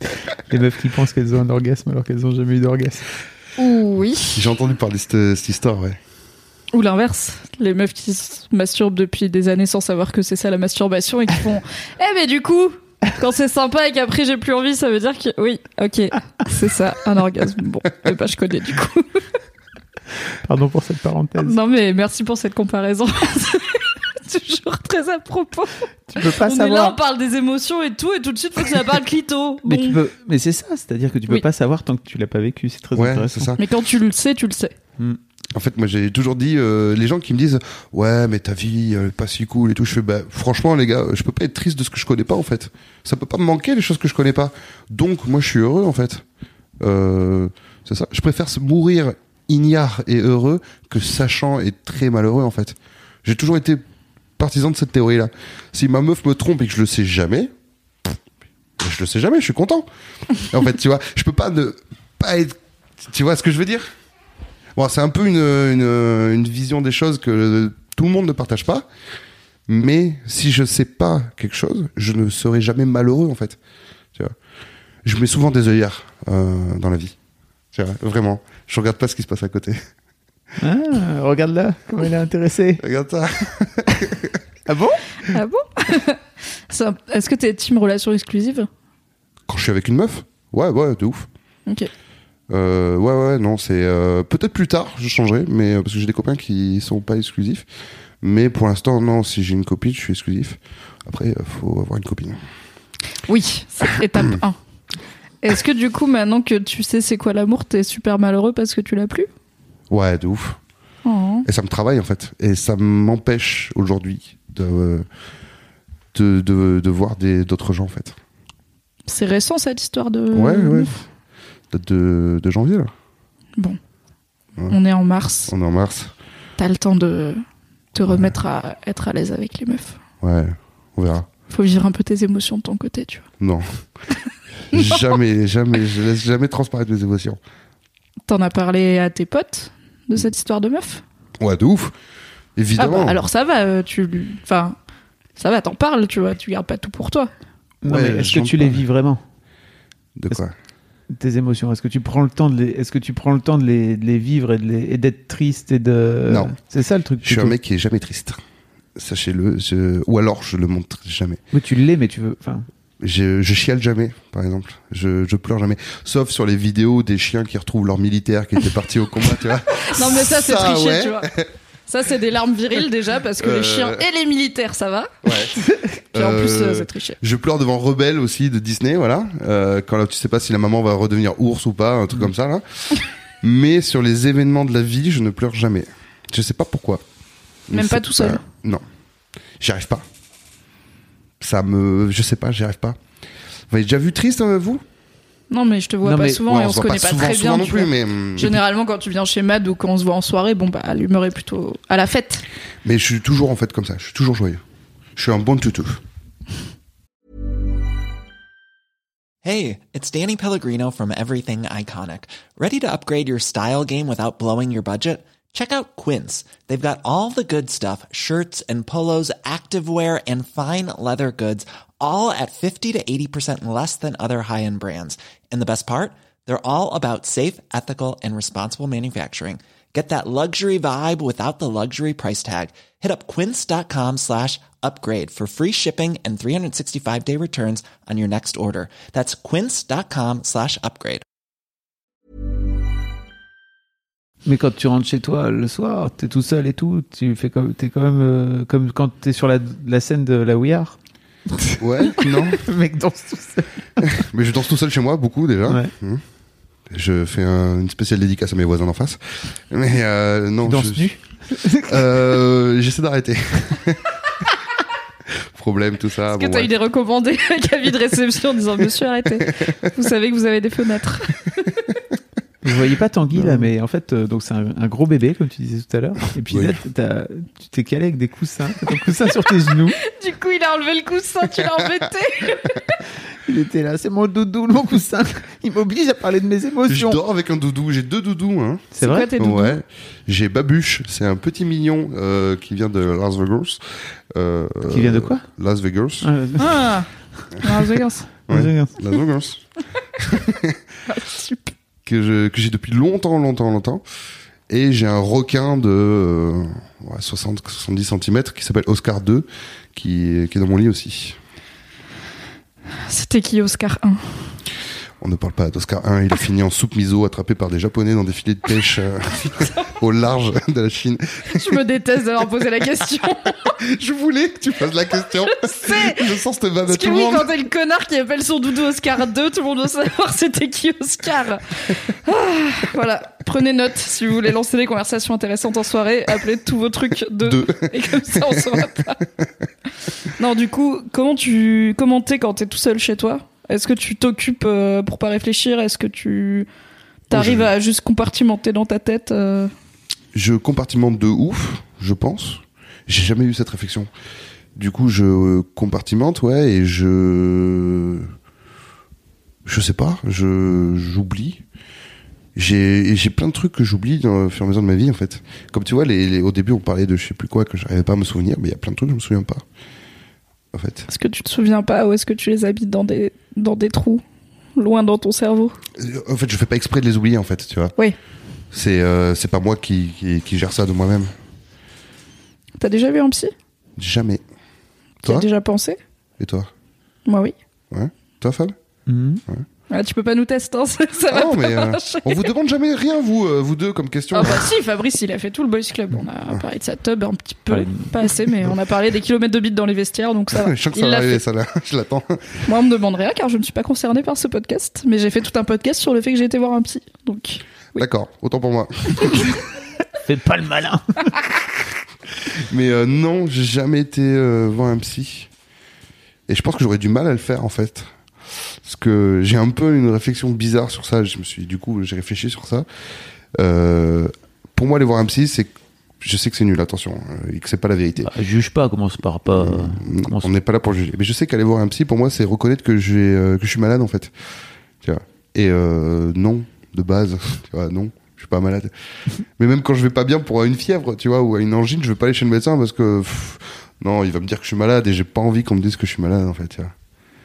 Les meufs qui pensent qu'elles ont un orgasme alors qu'elles n'ont jamais eu d'orgasme. Oui. J'ai entendu parler de cette histoire, ouais. Ou l'inverse, les meufs qui se masturbent depuis des années sans savoir que c'est ça la masturbation et qui font mais du coup, quand c'est sympa et qu'après j'ai plus envie, ça veut dire que oui, ok, c'est ça, un orgasme. Bon, je connais du coup. Pardon pour cette parenthèse. Non mais merci pour cette comparaison. Toujours très à propos. Tu peux pas on savoir. est là, on parle des émotions et tout de suite faut que ça parle clito. Bon. Mais c'est ça, c'est-à-dire que tu peux pas savoir tant que tu l'as pas vécu, c'est très intéressant. C'est ça. Mais quand tu le sais, tu le sais. En fait, moi, j'ai toujours dit, les gens qui me disent, ouais, mais ta vie, elle est pas si cool et tout, je fais, franchement, les gars, je peux pas être triste de ce que je connais pas, en fait. Ça peut pas me manquer, les choses que je connais pas. Donc, moi, je suis heureux, en fait. C'est ça. Je préfère mourir ignare et heureux que sachant et très malheureux, en fait. J'ai toujours été partisan de cette théorie-là. Si ma meuf me trompe et que je le sais jamais, je suis content. En fait, tu vois, je peux pas ne pas être, tu vois ce que je veux dire? Bon, c'est un peu une vision des choses que tout le monde ne partage pas, mais si je sais pas quelque chose, je ne serai jamais malheureux, en fait. Tu vois, je mets souvent des œillères dans la vie. Tu vois, vraiment. Je regarde pas ce qui se passe à côté. Ah, regarde là, comment il est intéressé. Regarde ça. Ah bon? Ah bon? Est-ce que t'es team relation exclusive? Quand je suis avec une meuf? Ouais, de ouf. Ok. Ouais, non, c'est peut-être plus tard, je changerai, mais parce que j'ai des copains qui sont pas exclusifs. Mais pour l'instant, non, si j'ai une copine, je suis exclusif. Après, faut avoir une copine. Oui, c'est étape 1. Est-ce que du coup, maintenant que tu sais c'est quoi l'amour, t'es super malheureux parce que tu l'as plus? Ouais, de ouf. Oh. Et ça me travaille, en fait. Et ça m'empêche aujourd'hui de voir d'autres gens, en fait. C'est récent, cette histoire de... Ouais. De janvier, là. Bon. Ouais. On est en mars. On est en mars. T'as le temps de te remettre à être à l'aise avec les meufs. Ouais, on verra. Faut vivre un peu tes émotions de ton côté, tu vois. Non. Jamais. Je laisse jamais transparaître mes émotions. T'en as parlé à tes potes de cette histoire de meuf? Ouais, de ouf. Évidemment. Ah bah, alors ça va, enfin, ça va, t'en parles, tu vois, tu gardes pas tout pour toi. Non, Ouais, mais est-ce que tu les vis vraiment? De quoi? Tes émotions, est-ce que tu prends le temps de les vivre et d'être triste et de... Non. C'est ça le truc. Je suis un mec qui est jamais triste. Sachez-le. Ou alors je le montre jamais. Mais tu l'es, mais tu veux... Enfin... Je chiale jamais, par exemple. Je pleure jamais. Sauf sur les vidéos des chiens qui retrouvent leur militaire qui était parti au combat, tu vois. Non mais ça c'est triché, ouais. tu vois. Ça c'est des larmes viriles déjà parce que les chiens et les militaires ça va. Ouais. Puis en plus c'est triché. Je pleure devant Rebelle aussi de Disney, voilà. Quand là, tu sais pas si la maman va redevenir ours ou pas, un truc comme ça là. Mais sur les événements de la vie, je ne pleure jamais. Je sais pas pourquoi. Même pas tout seul. Non, j'y arrive pas. Je sais pas, j'y arrive pas. Vous avez déjà vu triste, vous? Non mais je te vois pas souvent ouais, et on se connaît pas très bien. Non tu plus, vois. mais Généralement quand tu viens chez Mad ou quand on se voit en soirée, bon bah l'humeur est plutôt à la fête. Mais je suis toujours en fait comme ça. Je suis toujours joyeux. Je suis un bon toutou. Hey, it's Danny Pellegrino from Everything Iconic. Ready to upgrade your style game without blowing your budget? Check out Quince. They've got all the good stuff, shirts and polos, activewear, and fine leather goods, all at 50 to 80% less than other high-end brands. And the best part? They're all about safe, ethical, and responsible manufacturing. Get that luxury vibe without the luxury price tag. Hit up quince.com/upgrade for free shipping and 365-day returns on your next order. That's quince.com/upgrade. Mais quand tu rentres chez toi le soir, t'es tout seul et tout, t'es quand même comme quand t'es sur la scène de la We Are. Ouais, non. Le mec danse tout seul. Mais je danse tout seul chez moi, beaucoup déjà. Ouais. Je fais une spéciale dédicace à mes voisins d'en face. Mais non. Tu danses nu? J'essaie d'arrêter. Problème, tout ça. Est-ce que t'as eu des recommandés avec avis de réception en disant monsieur arrêtez. Vous savez que vous avez des fenêtres. Vous voyez pas Tanguy là, mais en fait, donc c'est un gros bébé comme tu disais tout à l'heure. Et puis oui. là, tu t'es calé avec des coussins, t'as ton coussin sur tes genoux. Du coup, il a enlevé le coussin, tu l'as embêté. Il était là, c'est mon doudou, mon coussin. Il m'oblige à parler de mes Je émotions. dors avec un doudou. J'ai 2 doudous. Hein. C'est vrai, quoi tes doudous? Ouais. J'ai Babuche. C'est un petit mignon qui vient de Las Vegas. Qui vient de quoi? Las Vegas. Ah, Las Vegas. Ouais. Las Vegas. Las Vegas. Super. que j'ai depuis longtemps. Et j'ai un requin de 70 cm qui s'appelle Oscar 2, qui est dans mon lit aussi. C'était qui Oscar 1? On ne parle pas d'Oscar 1, il a fini en soupe miso attrapé par des Japonais dans des filets de pêche au large de la Chine. Je me déteste d'avoir posé la question. Je voulais que tu fasses la question. Je sais. Je sens cette vanne à Parce tout que le oui, monde. quand t'es le connard qui appelle son doudou Oscar 2, tout le monde doit savoir c'était qui Oscar. Voilà, prenez note si vous voulez lancer des conversations intéressantes en soirée, appelez tous vos trucs de. Et comme ça on saura pas. Non, du coup, comment t'es quand t'es tout seul chez toi? Est-ce que tu t'occupes pour pas réfléchir? Est-ce que tu t'arrives à juste compartimenter dans ta tête Je compartimente de ouf, je pense. J'ai jamais eu cette réflexion. Du coup, je compartimente, ouais, et je sais pas, j'oublie. J'ai plein de trucs que j'oublie au fur et à mesure de ma vie, en fait. Comme tu vois, au début, on parlait de je sais plus quoi que j'arrivais pas à me souvenir, mais il y a plein de trucs que je me souviens pas. En fait. Est-ce que tu te souviens pas ou est-ce que tu les habites dans des trous, loin dans ton cerveau? En fait, je fais pas exprès de les oublier, en fait, tu vois. Oui. C'est pas moi qui gère ça de moi-même. T'as déjà vu un psy? Jamais. Tu as Toi? déjà pensé? Et toi? Moi, oui. Ouais. Toi, Fab? Ah, tu peux pas nous tester, hein, ça Ah va non, pas mais marcher. on vous demande jamais rien, vous deux, comme question. Ah bah si, Fabrice, il a fait tout le boys club. On a parlé de sa tub un petit peu, Ouais. pas assez, mais on a parlé des kilomètres de bits dans les vestiaires, donc ça va. Je sens que Il ça va l'a arriver, fait. ça là. Je l'attends. Moi, on me demande rien car je ne suis pas concernée par ce podcast, mais j'ai fait tout un podcast sur le fait que j'ai été voir un psy. Donc, oui. D'accord, autant pour moi. Fais pas le malin. Mais non, j'ai jamais été voir un psy. Et je pense que j'aurais du mal à le faire, en fait. Parce que j'ai un peu une réflexion bizarre sur ça. J'ai réfléchi sur ça. Pour moi, aller voir un psy, je sais que c'est nul, attention, et que c'est pas la vérité. Bah, juge pas, commence par pas. On n'est pas là pour juger. Mais je sais qu'aller voir un psy, pour moi, c'est reconnaître que je suis malade, en fait. Tu vois. Et non, de base, tu vois, non, je suis pas malade. Mais même quand je vais pas bien pour une fièvre, tu vois, ou une angine, je vais pas aller chez le médecin parce que non, il va me dire que je suis malade et j'ai pas envie qu'on me dise que je suis malade, en fait. Tu vois.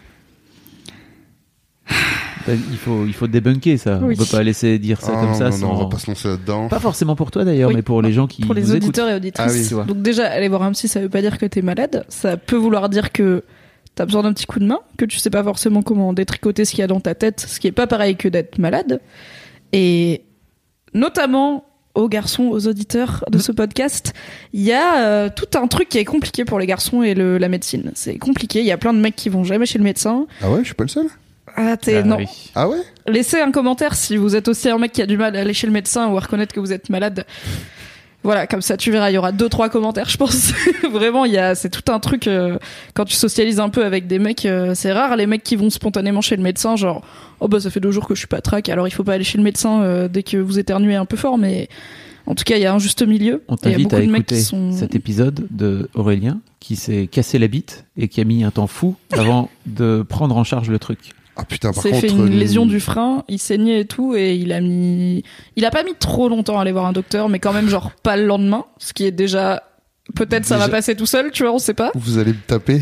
Il faut débunker ça. Oui. On peut pas laisser dire ça comme ça. Non, on va pas se lancer là-dedans. Pas forcément pour toi d'ailleurs, Oui. mais pour les gens qui pour les nous auditeurs écoutent. et auditrices. Ah oui, tu vois. Donc déjà, aller voir un psy, ça veut pas dire que t'es malade. Ça peut vouloir dire que t'as besoin d'un petit coup de main, que tu sais pas forcément comment détricoter ce qu'il y a dans ta tête, ce qui est pas pareil que d'être malade. Et notamment aux garçons, aux auditeurs de ce podcast, il y a tout un truc qui est compliqué pour les garçons et la médecine. C'est compliqué. Il y a plein de mecs qui vont jamais chez le médecin. Ah ouais, je suis pas le seul. Ah, Ah, non. oui. Ah ouais. Laissez un commentaire si vous êtes aussi un mec qui a du mal à aller chez le médecin ou à reconnaître que vous êtes malade. Voilà, comme ça tu verras, il y aura 2-3 commentaires, je pense. Vraiment, c'est tout un truc. Quand tu socialises un peu avec des mecs, c'est rare les mecs qui vont spontanément chez le médecin, genre oh bah ça fait 2 jours que je suis pas trac, alors il faut pas aller chez le médecin dès que vous éternuez un peu fort, mais en tout cas il y a un juste milieu. On Et il y a t'invite beaucoup à de mecs écouter qui sont... cet épisode de Aurélien qui s'est cassé la bite et qui a mis un temps fou avant de prendre en charge le truc. Ah putain, par s'est contre. fait une lésion du frein, il saignait et tout, et il a pas mis trop longtemps à aller voir un docteur, mais quand même genre pas le lendemain, ce qui est déjà, peut-être ça va Déjà. passer tout seul, tu vois, on sait pas. Vous allez me taper.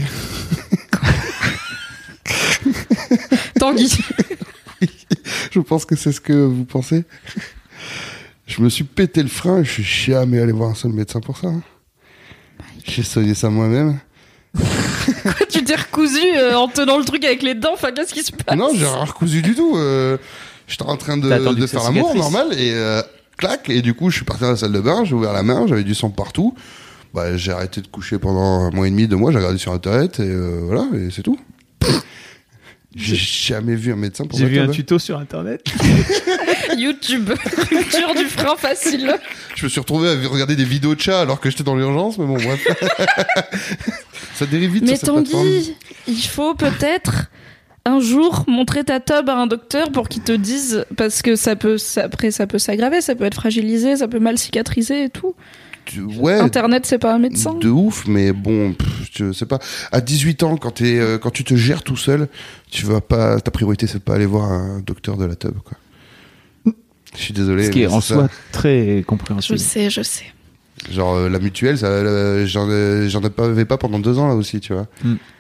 Tanguy. Je pense que c'est ce que vous pensez. Je me suis pété le frein et je suis jamais allé voir un seul médecin pour ça. Hein. J'ai soigné ça moi-même. Tu t'es recousu en tenant le truc avec les dents, enfin qu'est-ce qui se passe? Non, j'ai rien recousu du tout. J'étais en train T'as attendu de que ça faire l'amour cicatrice. normal et clac, et du coup je suis parti dans la salle de bain, j'ai ouvert la main, j'avais du sang partout. Bah, j'ai arrêté de coucher pendant 1 mois et demi, 2 mois, j'ai regardé sur internet et voilà, et c'est tout. J'ai jamais vu un médecin pour J'ai ça. vu un tuto sur internet. YouTube, rupture du frein facile. Je me suis retrouvé à regarder des vidéos de chats alors que j'étais dans l'urgence, mais bon, bref. Ça dérive vite Mais sur cette plateforme. Tanguy, il faut peut-être un jour montrer ta tub à un docteur pour qu'il te dise, parce que après ça peut s'aggraver, ça peut être fragilisé, ça peut mal cicatriser et tout. Ouais, Internet, c'est pas un médecin. de ouf, mais bon, je sais pas. À 18 ans, quand tu te gères tout seul, tu vas pas, ta priorité c'est de pas aller voir un docteur de la tub, quoi. Je suis désolé. Ce qui est mais en c'est soi ça. très compréhensible. Je sais. Genre la mutuelle, j'en avais pas pendant 2 ans là aussi, tu vois.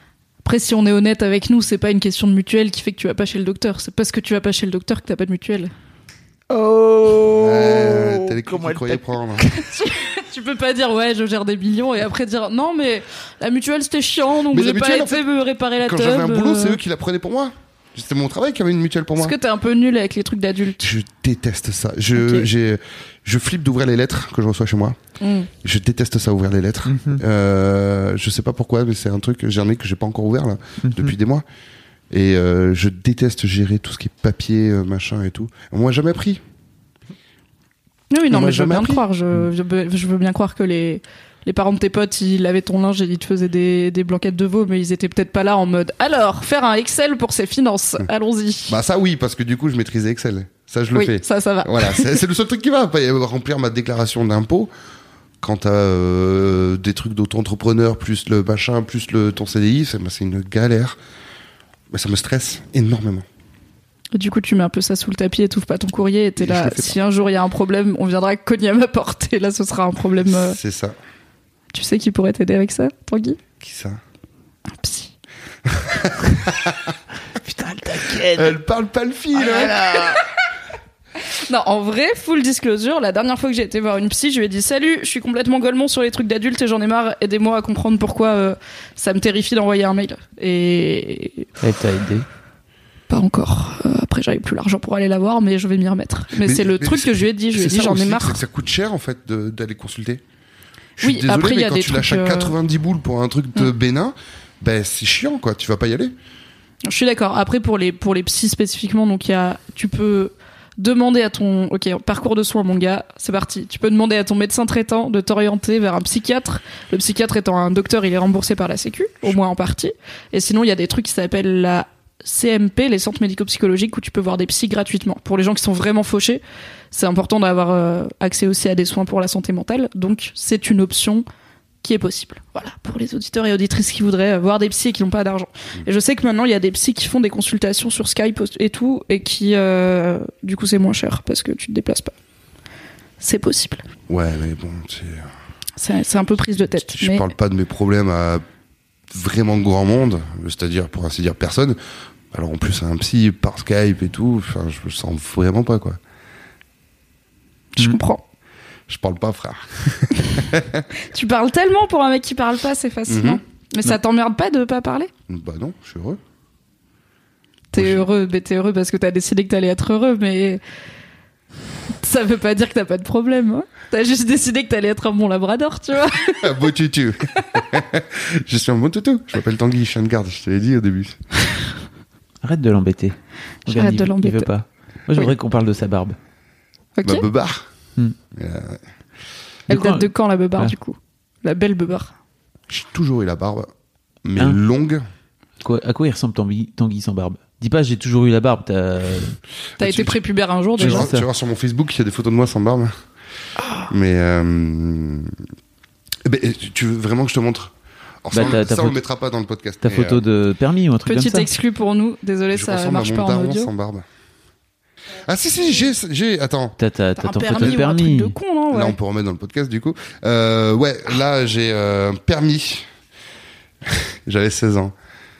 Après, si on est honnête avec nous, c'est pas une question de mutuelle qui fait que tu vas pas chez le docteur. C'est parce que tu vas pas chez le docteur que t'as pas de mutuelle. Oh t'as les coups que tu croyais prendre. Tu peux pas dire ouais je gère des millions et après dire non mais la mutuelle c'était chiant donc j'ai pas été me réparer la Quand tub. j'avais un boulot, c'est eux qui la prenaient pour moi. C'était mon travail qui avait une mutuelle pour moi. Est-ce que t'es un peu nul avec les trucs d'adultes? Je déteste ça. Je flippe d'ouvrir les lettres que je reçois chez moi. Je déteste ça, ouvrir les lettres. Je sais pas pourquoi, mais c'est un truc j'en ai que j'ai pas encore ouvert là depuis des mois. Et je déteste gérer tout ce qui est papier, machin et tout. On m'a jamais appris. Oui, non, mais je veux bien te croire. Je veux bien croire que les parents de tes potes, ils lavaient ton linge et ils te faisaient des blanquettes de veau, mais ils étaient peut-être pas là en mode alors, faire un Excel pour ses finances, allons-y. Bah, ça oui, parce que du coup, je maîtrisais Excel. Ça, je le fais. Ça va. Voilà, c'est le seul truc qui va. Pas remplir ma déclaration d'impôt. Quand t'as des trucs d'auto-entrepreneur, plus le machin, plus ton CDI, c'est une galère. Mais ça me stresse énormément. Du coup, tu mets un peu ça sous le tapis et t'ouvres pas ton courrier et t'es là. Si un jour il y a un problème, on viendra cogner à ma porte et là, ce sera un problème. C'est ça. Tu sais qui pourrait t'aider avec ça, Tanguy? Qui ça? Un psy. Putain, elle t'inquiète. Elle parle pas le fil, là. Non, en vrai, full disclosure, la dernière fois que j'ai été voir une psy, je lui ai dit salut, je suis complètement golemon sur les trucs d'adultes et j'en ai marre, aidez-moi à comprendre pourquoi ça me terrifie d'envoyer un mail. Et elle t'a aidé? Pas encore. Après, j'avais plus l'argent pour aller la voir, mais je vais m'y remettre. Mais c'est le truc que je lui ai dit. Je lui ai dit, j'en ai marre. C'est que ça coûte cher, en fait, d'aller consulter. Je suis désolé, après, mais quand tu lâches 90 boules pour un truc de bénin, ben, c'est chiant, quoi. Tu vas pas y aller. Je suis d'accord. Après, pour les psys spécifiquement, donc tu peux demander à ton parcours de soins, mon gars, c'est parti. Tu peux demander à ton médecin traitant de t'orienter vers un psychiatre. Le psychiatre étant un docteur, il est remboursé par la Sécu, au moins en partie. Et sinon, il y a des trucs qui s'appellent la CMP, les centres médico-psychologiques, où tu peux voir des psys gratuitement. Pour les gens qui sont vraiment fauchés, c'est important d'avoir accès aussi à des soins pour la santé mentale. Donc, c'est une option qui est possible. Voilà, pour les auditeurs et auditrices qui voudraient voir des psys et qui n'ont pas d'argent. Et je sais que maintenant, il y a des psys qui font des consultations sur Skype et tout, et qui, du coup, c'est moins cher, parce que tu te déplaces pas. C'est possible. Ouais, mais bon, c'est un peu prise de tête. Je parle pas de mes problèmes à vraiment grand monde, c'est-à-dire, pour ainsi dire, personne. Alors, en plus, un psy par Skype et tout, enfin, je me sens vraiment pas, quoi. Je comprends. Je parle pas, frère. Tu parles tellement pour un mec qui parle pas, c'est fascinant. Mais ça t'emmerde pas de pas parler? Bah non, je suis heureux. T'es heureux parce que t'as décidé que t'allais être heureux, mais ça veut pas dire que t'as pas de problème. Hein. T'as juste décidé que t'allais être un bon labrador, tu vois. Un beau tutu. Je suis un bon toutou. Je m'appelle Tanguy, chien de garde, je te l'ai dit au début. Arrête de l'embêter. J'arrête de l'embêter. Il veut pas. Moi, j'aimerais qu'on parle de sa barbe. Ok. Ma beubare. Elle date de quand, la beubare, du coup? La belle beubare. J'ai toujours eu la barbe, mais longue. À quoi il ressemble Tanguy sans barbe? Dis pas j'ai toujours eu la barbe. T'as été prépubère un jour déjà. Tu vois sur mon Facebook, il y a des photos de moi sans barbe. Mais tu veux vraiment que je te montre? Alors, ça on le mettra pas dans le podcast. Ta photo de permis ou un truc comme ça. Petite exclue pour nous. Désolé, ça marche pas en audio. Sans barbe. Ah si, j'ai. Attends. T'as ton photo de permis. Un truc de con, non? Ouais. Là, on peut remettre dans le podcast du coup. Ouais, là j'ai un permis. J'avais 16 ans.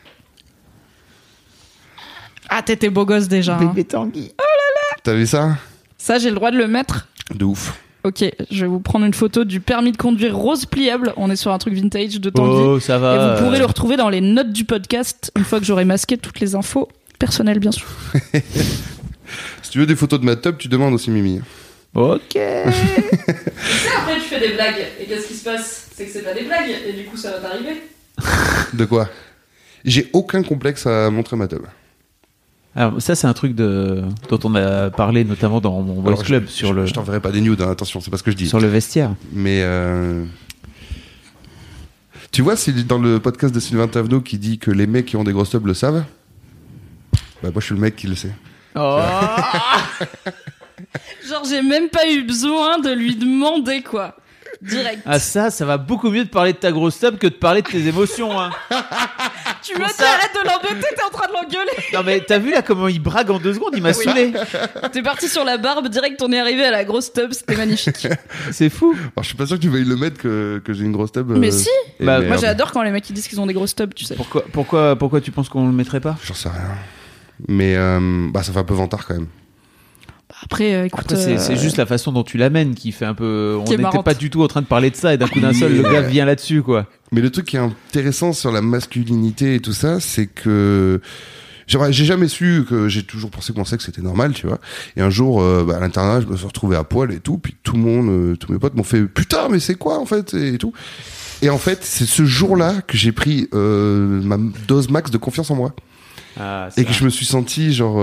Ah, t'étais beau gosse déjà. Bébé Tanguy. Oh là là. T'as vu ça? Ça, j'ai le droit de le mettre? De ouf. Ok, je vais vous prendre une photo du permis de conduire rose pliable. On est sur un truc vintage de Tanguy. Oh, ça va. Et vous pourrez le retrouver dans les notes du podcast une fois que j'aurai masqué toutes les infos personnelles, bien sûr. Si tu veux des photos de ma tub, tu demandes aussi Mimi. Ok. Après, tu fais des blagues. Et qu'est-ce qui se passe? C'est que c'est pas des blagues. Et du coup, ça va t'arriver. De quoi? J'ai aucun complexe à montrer ma tub. Alors ça c'est un truc dont on a parlé notamment dans mon Voice Club Je t'enverrai pas des nudes, hein, attention, c'est pas ce que je dis. Sur le vestiaire. Mais tu vois, c'est dans le podcast de Sylvain Tavenot qui dit que les mecs qui ont des grosses tubs le savent. Bah moi je suis le mec qui le sait. Oh. Genre j'ai même pas eu besoin de lui demander quoi. Direct. Ah ça va beaucoup mieux de parler de ta grosse tub que de parler de tes émotions. Hein. Tu me dis arrête de l'embêter, t'es en train de l'engueuler. Non mais t'as vu là comment il brague en 2 secondes, il m'a saoulé. T'es parti sur la barbe, direct on est arrivé à la grosse tub, c'était magnifique. C'est fou. Alors, je suis pas sûr que tu veuilles le mettre que j'ai une grosse tub. Mais si. Bah, moi j'adore quand les mecs ils disent qu'ils ont des grosses tubs, tu sais. Pourquoi tu penses qu'on le mettrait pas? J'en sais rien. Mais ça fait un peu vantard quand même. Après, écoute. Après, c'est juste la façon dont tu l'amènes qui fait un peu. On Qui est n'était marrante. pas du tout en train de parler de ça et d'un coup d'un seul, le gars vient là-dessus, quoi. Mais le truc qui est intéressant sur la masculinité et tout ça, c'est que j'ai jamais su, que j'ai toujours pensé que mon sexe c'était normal, tu vois. Et un jour, à l'internat, je me suis retrouvé à poil et tout, puis tout le monde, tous mes potes m'ont fait putain, mais c'est quoi en fait et tout. Et en fait, c'est ce jour-là que j'ai pris ma dose max de confiance en moi. Ah, Et que je me suis senti genre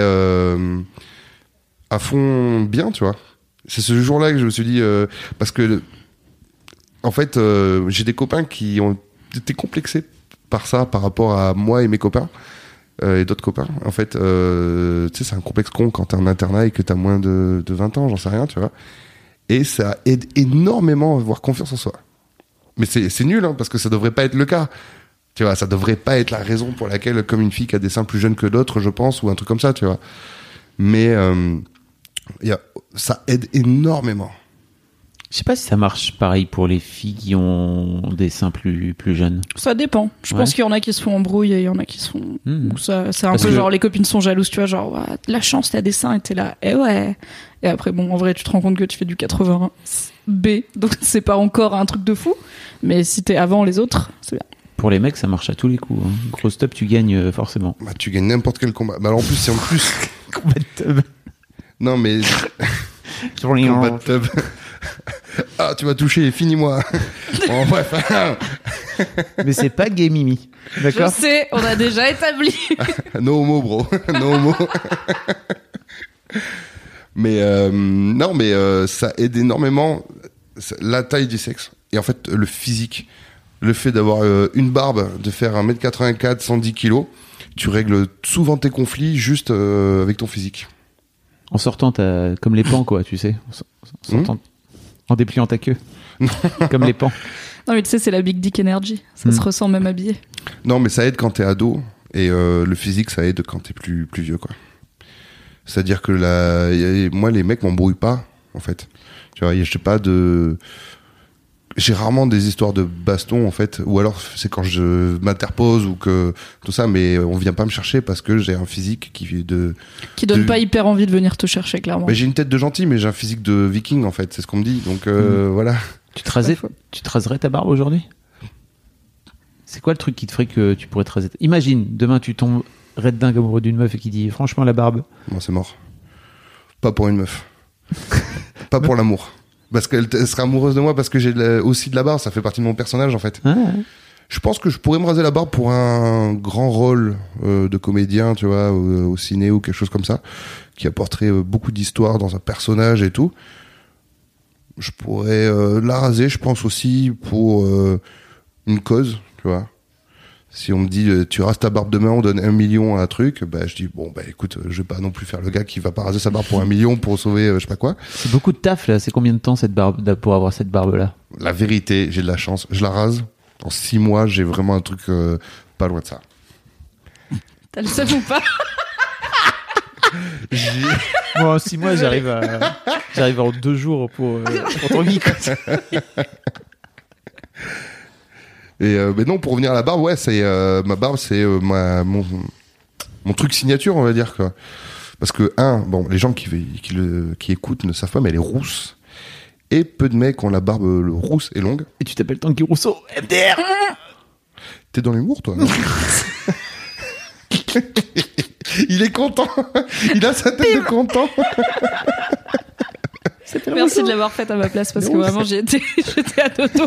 à fond bien, tu vois. C'est ce jour-là que je me suis dit parce que en fait j'ai des copains qui ont été complexés par ça par rapport à moi et mes copains et d'autres copains. En fait tu sais, c'est un complexe con quand t'es en internat et que t'as moins de 20 ans, j'en sais rien, tu vois. Et ça aide énormément à avoir confiance en soi. Mais c'est nul, hein, parce que ça devrait pas être le cas. Tu vois, ça devrait pas être la raison pour laquelle, comme une fille qui a des seins plus jeunes que d'autres, je pense, ou un truc comme ça, tu vois. Mais ça aide énormément. Je sais pas si ça marche pareil pour les filles qui ont des seins plus jeunes. Ça dépend. Je pense qu'il y en a qui se font embrouiller et il y en a qui se font. Ou ça, c'est un Parce peu que- genre les copines sont jalouses, tu vois, genre ouais, la chance t'as des seins et t'es là, eh ouais. Et après bon, en vrai tu te rends compte que tu fais du 80 B, donc c'est pas encore un truc de fou. Mais si t'es avant les autres, c'est bien. Pour les mecs, ça marche à tous les coups. Hein. Grosse top, tu gagnes forcément. Bah, tu gagnes n'importe quel combat. Bah, alors, en plus, c'est en plus. Combat de tub. Non, mais. Combat de tub. Ah, tu m'as touché, finis-moi. Bon, bref. Mais c'est pas gay Mimi. Je D'accord. sais, on a déjà établi. No homo, bro. No homo. Mais non, mais ça aide énormément la taille du sexe. Et en fait, le physique. Le fait d'avoir une barbe, de faire 1m84, 110 kg, tu règles souvent tes conflits juste avec ton physique. En sortant, t'as comme les pans, quoi, tu sais. En dépliant ta queue. Comme les pans. Non mais tu sais, c'est la big dick energy. Ça se ressent même habillé. Non, mais ça aide quand t'es ado, et le physique, ça aide quand t'es plus vieux, quoi. C'est-à-dire que moi, les mecs m'embrouillent pas, en fait. Tu vois, j'ai rarement des histoires de baston, en fait, ou alors c'est quand je m'interpose ou que tout ça, mais on vient pas me chercher parce que j'ai un physique qui donne pas hyper envie de venir te chercher, clairement. Mais j'ai une tête de gentil, mais j'ai un physique de viking, en fait, c'est ce qu'on me dit, donc voilà. Tu te raserais ta barbe aujourd'hui? C'est quoi le truc qui te ferait que tu pourrais te raser? Imagine, demain tu tombes red dingue amoureux d'une meuf et qui dit franchement la barbe. Bon, c'est mort. Pas pour une meuf. Pas pour l'amour. Parce qu'elle sera amoureuse de moi parce que j'ai aussi de la barbe, ça fait partie de mon personnage en fait. Ah, ouais. Je pense que je pourrais me raser la barbe pour un grand rôle de comédien, tu vois, au ciné ou quelque chose comme ça, qui apporterait beaucoup d'histoire dans un personnage et tout. Je pourrais la raser, je pense aussi pour une cause, tu vois. Si on me dit tu rases ta barbe demain, on donne 1 million à un truc, bah je dis bon bah écoute, je vais pas non plus faire le gars qui va pas raser sa barbe pour 1 million pour sauver je sais pas quoi. C'est beaucoup de taf là. C'est combien de temps cette barbe pour avoir cette barbe là? La vérité, j'ai de la chance, je la rase. En 6 mois, j'ai vraiment un truc pas loin de ça. T'as le seum ou pas? Moi, en 6 mois, j'arrive en 2 jours pour ton lit. Et mais non, pour revenir à la barbe, ouais, c'est ma barbe, c'est mon truc signature, on va dire quoi. Parce que bon, les gens qui écoutent ne savent pas, mais elle est rousse. Et peu de mecs ont la barbe rousse et longue. Et tu t'appelles Tanguy Rousseau, MDR. T'es dans l'humour, toi, non? Il est content. Il a sa tête de content. Merci de l'avoir fait à ma place parce que vraiment j'étais à dodo.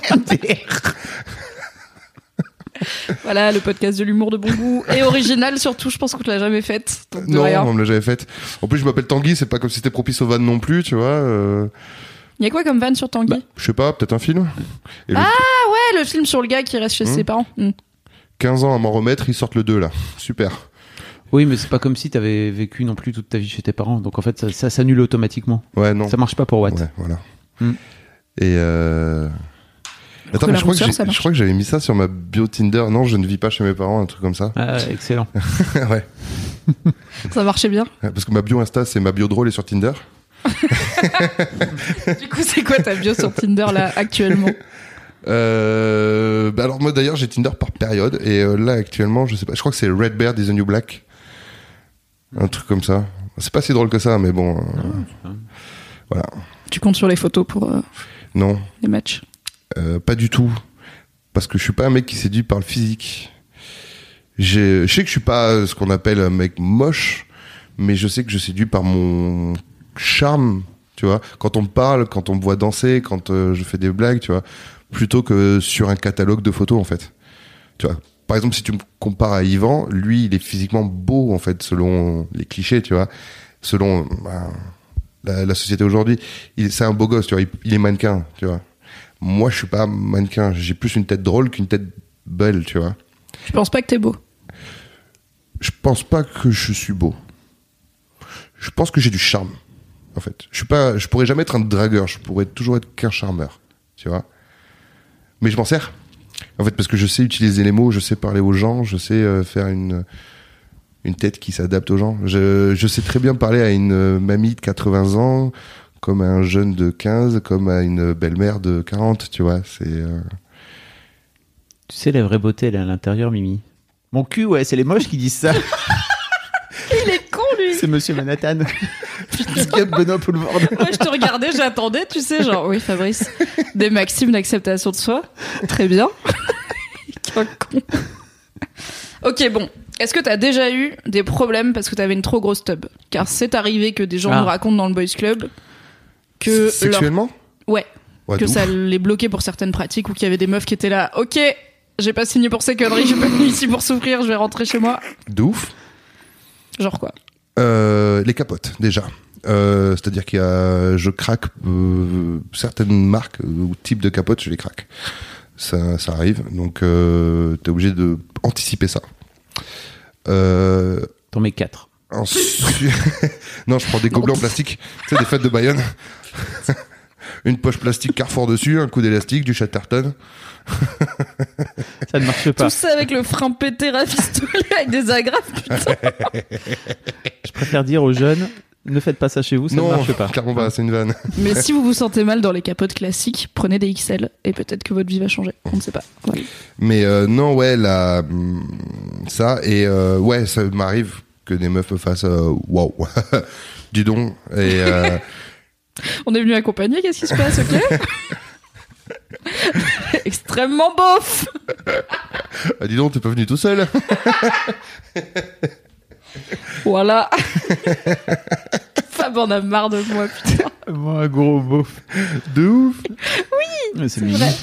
Voilà, le podcast de l'humour de bon goût et original surtout, je pense qu'on te l'a jamais faite. Donc de Non, rien. on me l'a jamais faite. En plus, je m'appelle Tanguy, c'est pas comme si c'était propice aux vannes non plus, tu vois. Il y a quoi comme van sur Tanguy? Je sais pas, peut-être un film. Et Ouais, le film sur le gars qui reste chez ses parents. 15 ans à m'en remettre, ils sortent le 2 là. Super. Oui, mais c'est pas comme si t'avais vécu non plus toute ta vie chez tes parents. Donc en fait, ça s'annule automatiquement. Ouais, non. Ça marche pas pour Watt. Ouais, voilà. Mm. Attends, mais je crois que j'avais mis ça sur ma bio Tinder. Non, je ne vis pas chez mes parents, un truc comme ça. Ah, excellent. Ouais. Ça marchait bien. Parce que ma bio Insta, c'est ma bio drôle et sur Tinder. Du coup, c'est quoi ta bio sur Tinder là actuellement? Alors moi d'ailleurs j'ai Tinder par période et là actuellement je sais pas, je crois que c'est Red Bear is the New Black, un truc comme ça. C'est pas si drôle que ça mais bon. Voilà. Tu comptes sur les photos pour non les matchs? Pas du tout, parce que je suis pas un mec qui séduit par le physique. Je sais que je suis pas ce qu'on appelle un mec moche, mais je sais que je séduis par mon charme, tu vois. Quand on me parle, quand on me voit danser, quand je fais des blagues, tu vois. Plutôt que sur un catalogue de photos en fait. Tu vois, par exemple si tu me compares à Yvan, lui il est physiquement beau en fait selon les clichés, tu vois, selon la société aujourd'hui, c'est un beau gosse, tu vois, il est mannequin, tu vois. Moi je suis pas mannequin, j'ai plus une tête drôle qu'une tête belle, tu vois. Je pense pas que t'es beau. Je pense pas que je suis beau. Je pense que j'ai du charme en fait. Je pourrais jamais être un dragueur, je pourrais toujours être qu'un charmeur, tu vois. Mais je m'en sers, en fait, parce que je sais utiliser les mots, je sais parler aux gens, je sais faire une tête qui s'adapte aux gens. Je sais très bien parler à une mamie de 80 ans, comme à un jeune de 15, comme à une belle-mère de 40, tu vois. C'est. Tu sais, la vraie beauté, elle est à l'intérieur, Mimi. Mon cul, ouais, c'est les moches qui disent ça. Il est con, lui. C'est Monsieur Manhattan. Benoît Poulvord. Moi, je te regardais, j'attendais, tu sais, genre, oui, Fabrice, des maximes d'acceptation de soi. Très bien. Quel con. Ok, bon. Est-ce que t'as déjà eu des problèmes parce que t'avais une trop grosse tub? Car c'est arrivé que des gens nous racontent dans le Boys Club que. Sexuellement? Ouais. Que ça les bloquait pour certaines pratiques ou qu'il y avait des meufs qui étaient là. Ok, j'ai pas signé pour ces conneries, je suis pas venu ici pour souffrir, je vais rentrer chez moi. D'ouf. Genre quoi? Les capotes déjà, c'est-à-dire je craque certaines marques ou types de capotes, je les craque. Ça arrive, donc t'es obligé de anticiper ça. T'en mets 4. Ensuite, non, je prends des gobelets en plastique, tu sais, des fêtes de Bayonne. Une poche plastique Carrefour dessus, un coup d'élastique, du Chatterton. Ça ne marche pas. Tout ça avec le frein pété rafistolé avec des agrafes, putain. Je préfère dire aux jeunes, ne faites pas ça chez vous, ça ne marche pas. Non, clairement pas, c'est une vanne. Mais si vous vous sentez mal dans les capotes classiques, prenez des XL et peut-être que votre vie va changer. On ne sait pas. Ouais. Mais non, ouais, ça, et ouais, ça m'arrive que des meufs me fassent waouh, dis donc. Et on est venu accompagner, qu'est-ce qui se passe, ok? Extrêmement beauf. Ah, dis donc, t'es pas venu tout seul. Voilà. Fab en a marre de moi, putain. Moi, un gros beauf. De ouf. Oui, mais c'est mignon. Vrai.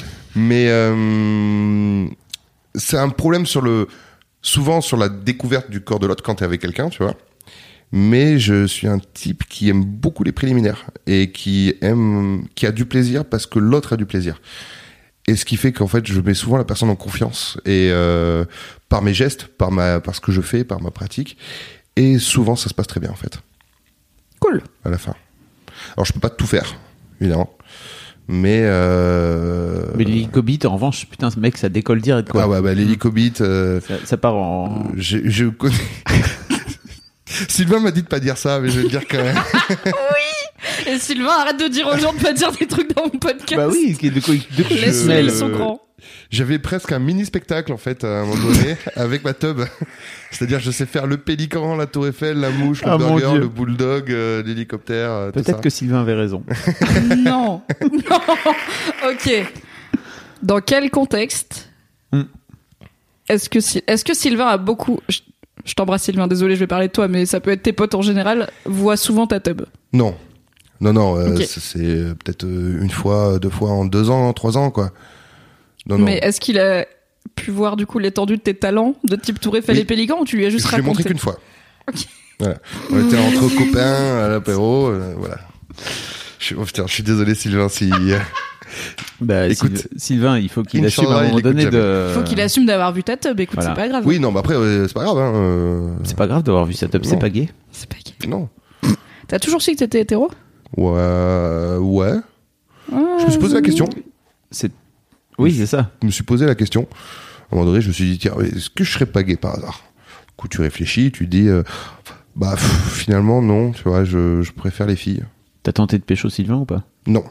Mais c'est un problème souvent sur la découverte du corps de l'autre quand t'es avec quelqu'un, tu vois. Mais je suis un type qui aime beaucoup les préliminaires et qui a du plaisir parce que l'autre a du plaisir. Et ce qui fait qu'en fait, je mets souvent la personne en confiance et par mes gestes, par ce que je fais, par ma pratique. Et souvent, ça se passe très bien en fait. Cool. À la fin. Alors, je peux pas tout faire, évidemment. Mais l'hélicobite, en revanche, putain, ce mec, ça décolle direct, quoi. Ah ouais, bah l'hélicobite. Ça part en. Je connais. Sylvain m'a dit de pas dire ça, mais je vais le dire quand même. Oui. Et Sylvain, arrête de dire aux gens de pas dire des trucs dans mon podcast. Bah oui, laisse-les, ils sont grands. J'avais presque un mini spectacle en fait à un moment donné avec ma tub. C'est-à-dire je sais faire le pélican, la tour Eiffel, la mouche, le burger, le bulldog, l'hélicoptère. Peut-être que Sylvain avait raison. Non. Ok. Dans quel contexte est-ce que Sylvain a beaucoup... Je t'embrasse Sylvain, désolé, je vais parler de toi, mais ça peut être tes potes en général, voient souvent ta tub. Non, okay. C'est peut-être une fois, 2 fois en 2 ans, 3 ans, quoi. Non. Est-ce qu'il a pu voir du coup l'étendue de tes talents de type Tour Eiffel et Pélican ou tu lui as juste raconté? Je l'ai montré qu'une fois. Ok. Voilà. On était entre copains à l'apéro, voilà. Je suis désolé Sylvain si... Bah, écoute, Sylvain, il faut qu'il assume à un moment donné Il faut qu'il assume d'avoir vu ta tub. Écoute, voilà. C'est pas grave. Oui, non, mais après, c'est pas grave. Hein. C'est pas grave d'avoir vu sa tub, c'est pas gay. C'est pas gay. Non. T'as toujours su que t'étais hétéro? Ouais. Je me suis posé la question. Oui, c'est ça. Je me suis posé la question. À un moment donné, je me suis dit, tiens, est-ce que je serais pas gay par hasard? Du coup, tu réfléchis, tu te dis, finalement, non, tu vois, je préfère les filles. T'as tenté de pécho Sylvain ou pas? Non.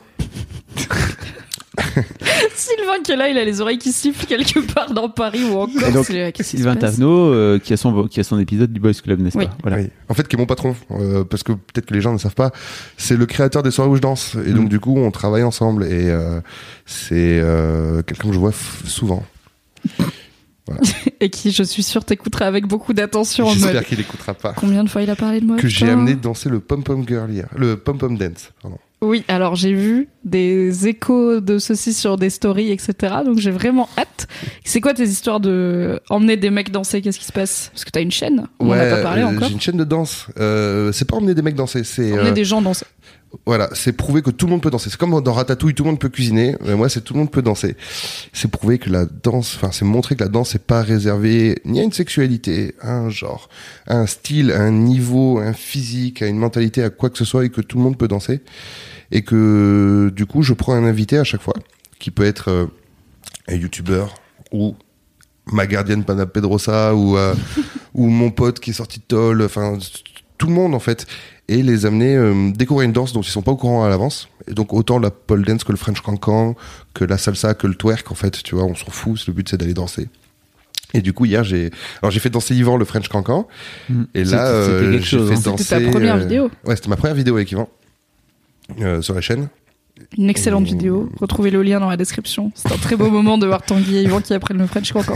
Sylvain qui est là, il a les oreilles qui sifflent quelque part dans Paris ou en Corse. Sylvain Tavenot, qui a son épisode du Boys Club, n'est-ce pas? Voilà. Oui. En fait, qui est mon patron, parce que peut-être que les gens ne savent pas, c'est le créateur des soirées où je danse. Et donc, du coup, on travaille ensemble. Et c'est quelqu'un que je vois souvent. Voilà. Et qui, je suis sûre, t'écoutera avec beaucoup d'attention. J'espère qu'il écoutera pas. Combien de fois il a parlé de moi? Que j'ai amené danser le pom-pom girl hier. Le pom-pom dance, pardon. Oui, alors j'ai vu des échos de ceci sur des stories, etc. Donc j'ai vraiment hâte. C'est quoi tes histoires de emmener des mecs danser? Qu'est-ce qui se passe? Parce que t'as une chaîne. On en a pas parlé encore. J'ai une chaîne de danse. C'est pas emmener des mecs danser, c'est emmener des gens danser. Voilà, c'est prouver que tout le monde peut danser. C'est comme dans Ratatouille, tout le monde peut cuisiner. Mais moi, c'est tout le monde peut danser. C'est prouver que la danse, c'est montrer que la danse n'est pas réservée ni à une sexualité, à un genre, à un style, à un niveau, à un physique, à une mentalité, à quoi que ce soit, et que tout le monde peut danser. Et que, du coup, je prends un invité à chaque fois, qui peut être un youtubeur, ou ma gardienne Pana Pedrosa, ou mon pote qui est sorti de Toll, tout le monde, en fait. Et les amener découvrir une danse dont ils sont pas au courant à l'avance. Et donc autant la pole dance que le French cancan, que la salsa, que le twerk, en fait, tu vois, on s'en fout, le but c'est d'aller danser. Et du coup hier j'ai fait danser Yvan le French cancan. Et là j'ai fait danser. C'était ta première vidéo. Ouais, c'était ma première vidéo avec Yvan sur la chaîne. Une excellente vidéo. Retrouvez le lien dans la description. C'est un très beau moment de voir Tanguy et Yvan qui apprennent le French cancan.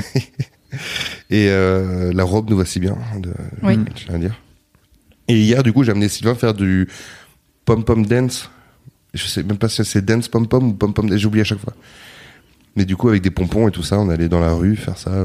Et la robe nous va si bien, oui. Je tiens à dire. Et hier, du coup, j'ai amené Sylvain faire du pom-pom dance. Je sais même pas si c'est dance pom-pom ou pom-pom dance, j'oublie à chaque fois. Mais du coup, avec des pompons et tout ça, on allait dans la rue faire ça.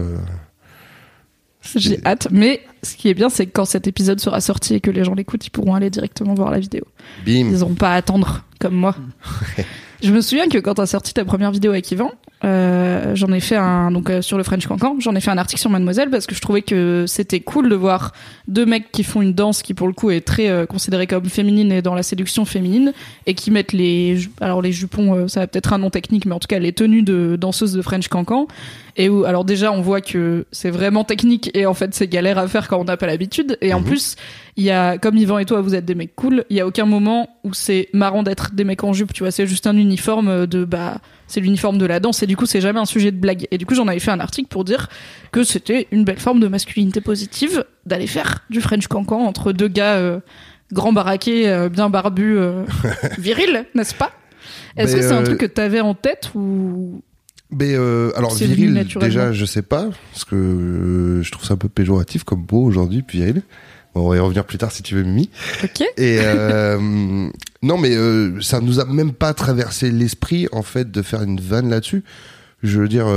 J'ai hâte. Mais ce qui est bien, c'est que quand cet épisode sera sorti et que les gens l'écoutent, ils pourront aller directement voir la vidéo. Bim. Ils n'auront pas à attendre, comme moi. Je me souviens que quand t'as sorti ta première vidéo avec Yvan, j'en ai fait sur le French cancan, j'en ai fait un article sur Mademoiselle parce que je trouvais que c'était cool de voir deux mecs qui font une danse qui pour le coup est très considérée comme féminine et dans la séduction féminine et qui mettent les jupons, ça va peut-être un nom technique, mais en tout cas les tenues de danseuses de French cancan. Et où, alors déjà, on voit que c'est vraiment technique et en fait, c'est galère à faire quand on n'a pas l'habitude. Et en plus, il y a, comme Yvan et toi, vous êtes des mecs cool, il y a aucun moment où c'est marrant d'être des mecs en jupe, tu vois, c'est juste un uniforme c'est l'uniforme de la danse et du coup, c'est jamais un sujet de blague. Et du coup, j'en avais fait un article pour dire que c'était une belle forme de masculinité positive d'aller faire du French cancan entre deux gars grands baraqués, bien barbus, virils, n'est-ce pas? Est-ce que c'est un truc que t'avais en tête ou... alors viril déjà je sais pas parce que je trouve ça un peu péjoratif comme mot aujourd'hui viril. Bon, on va y revenir plus tard si tu veux Mimi. Ok. Et non mais ça nous a même pas traversé l'esprit en fait de faire une vanne là-dessus. Je veux dire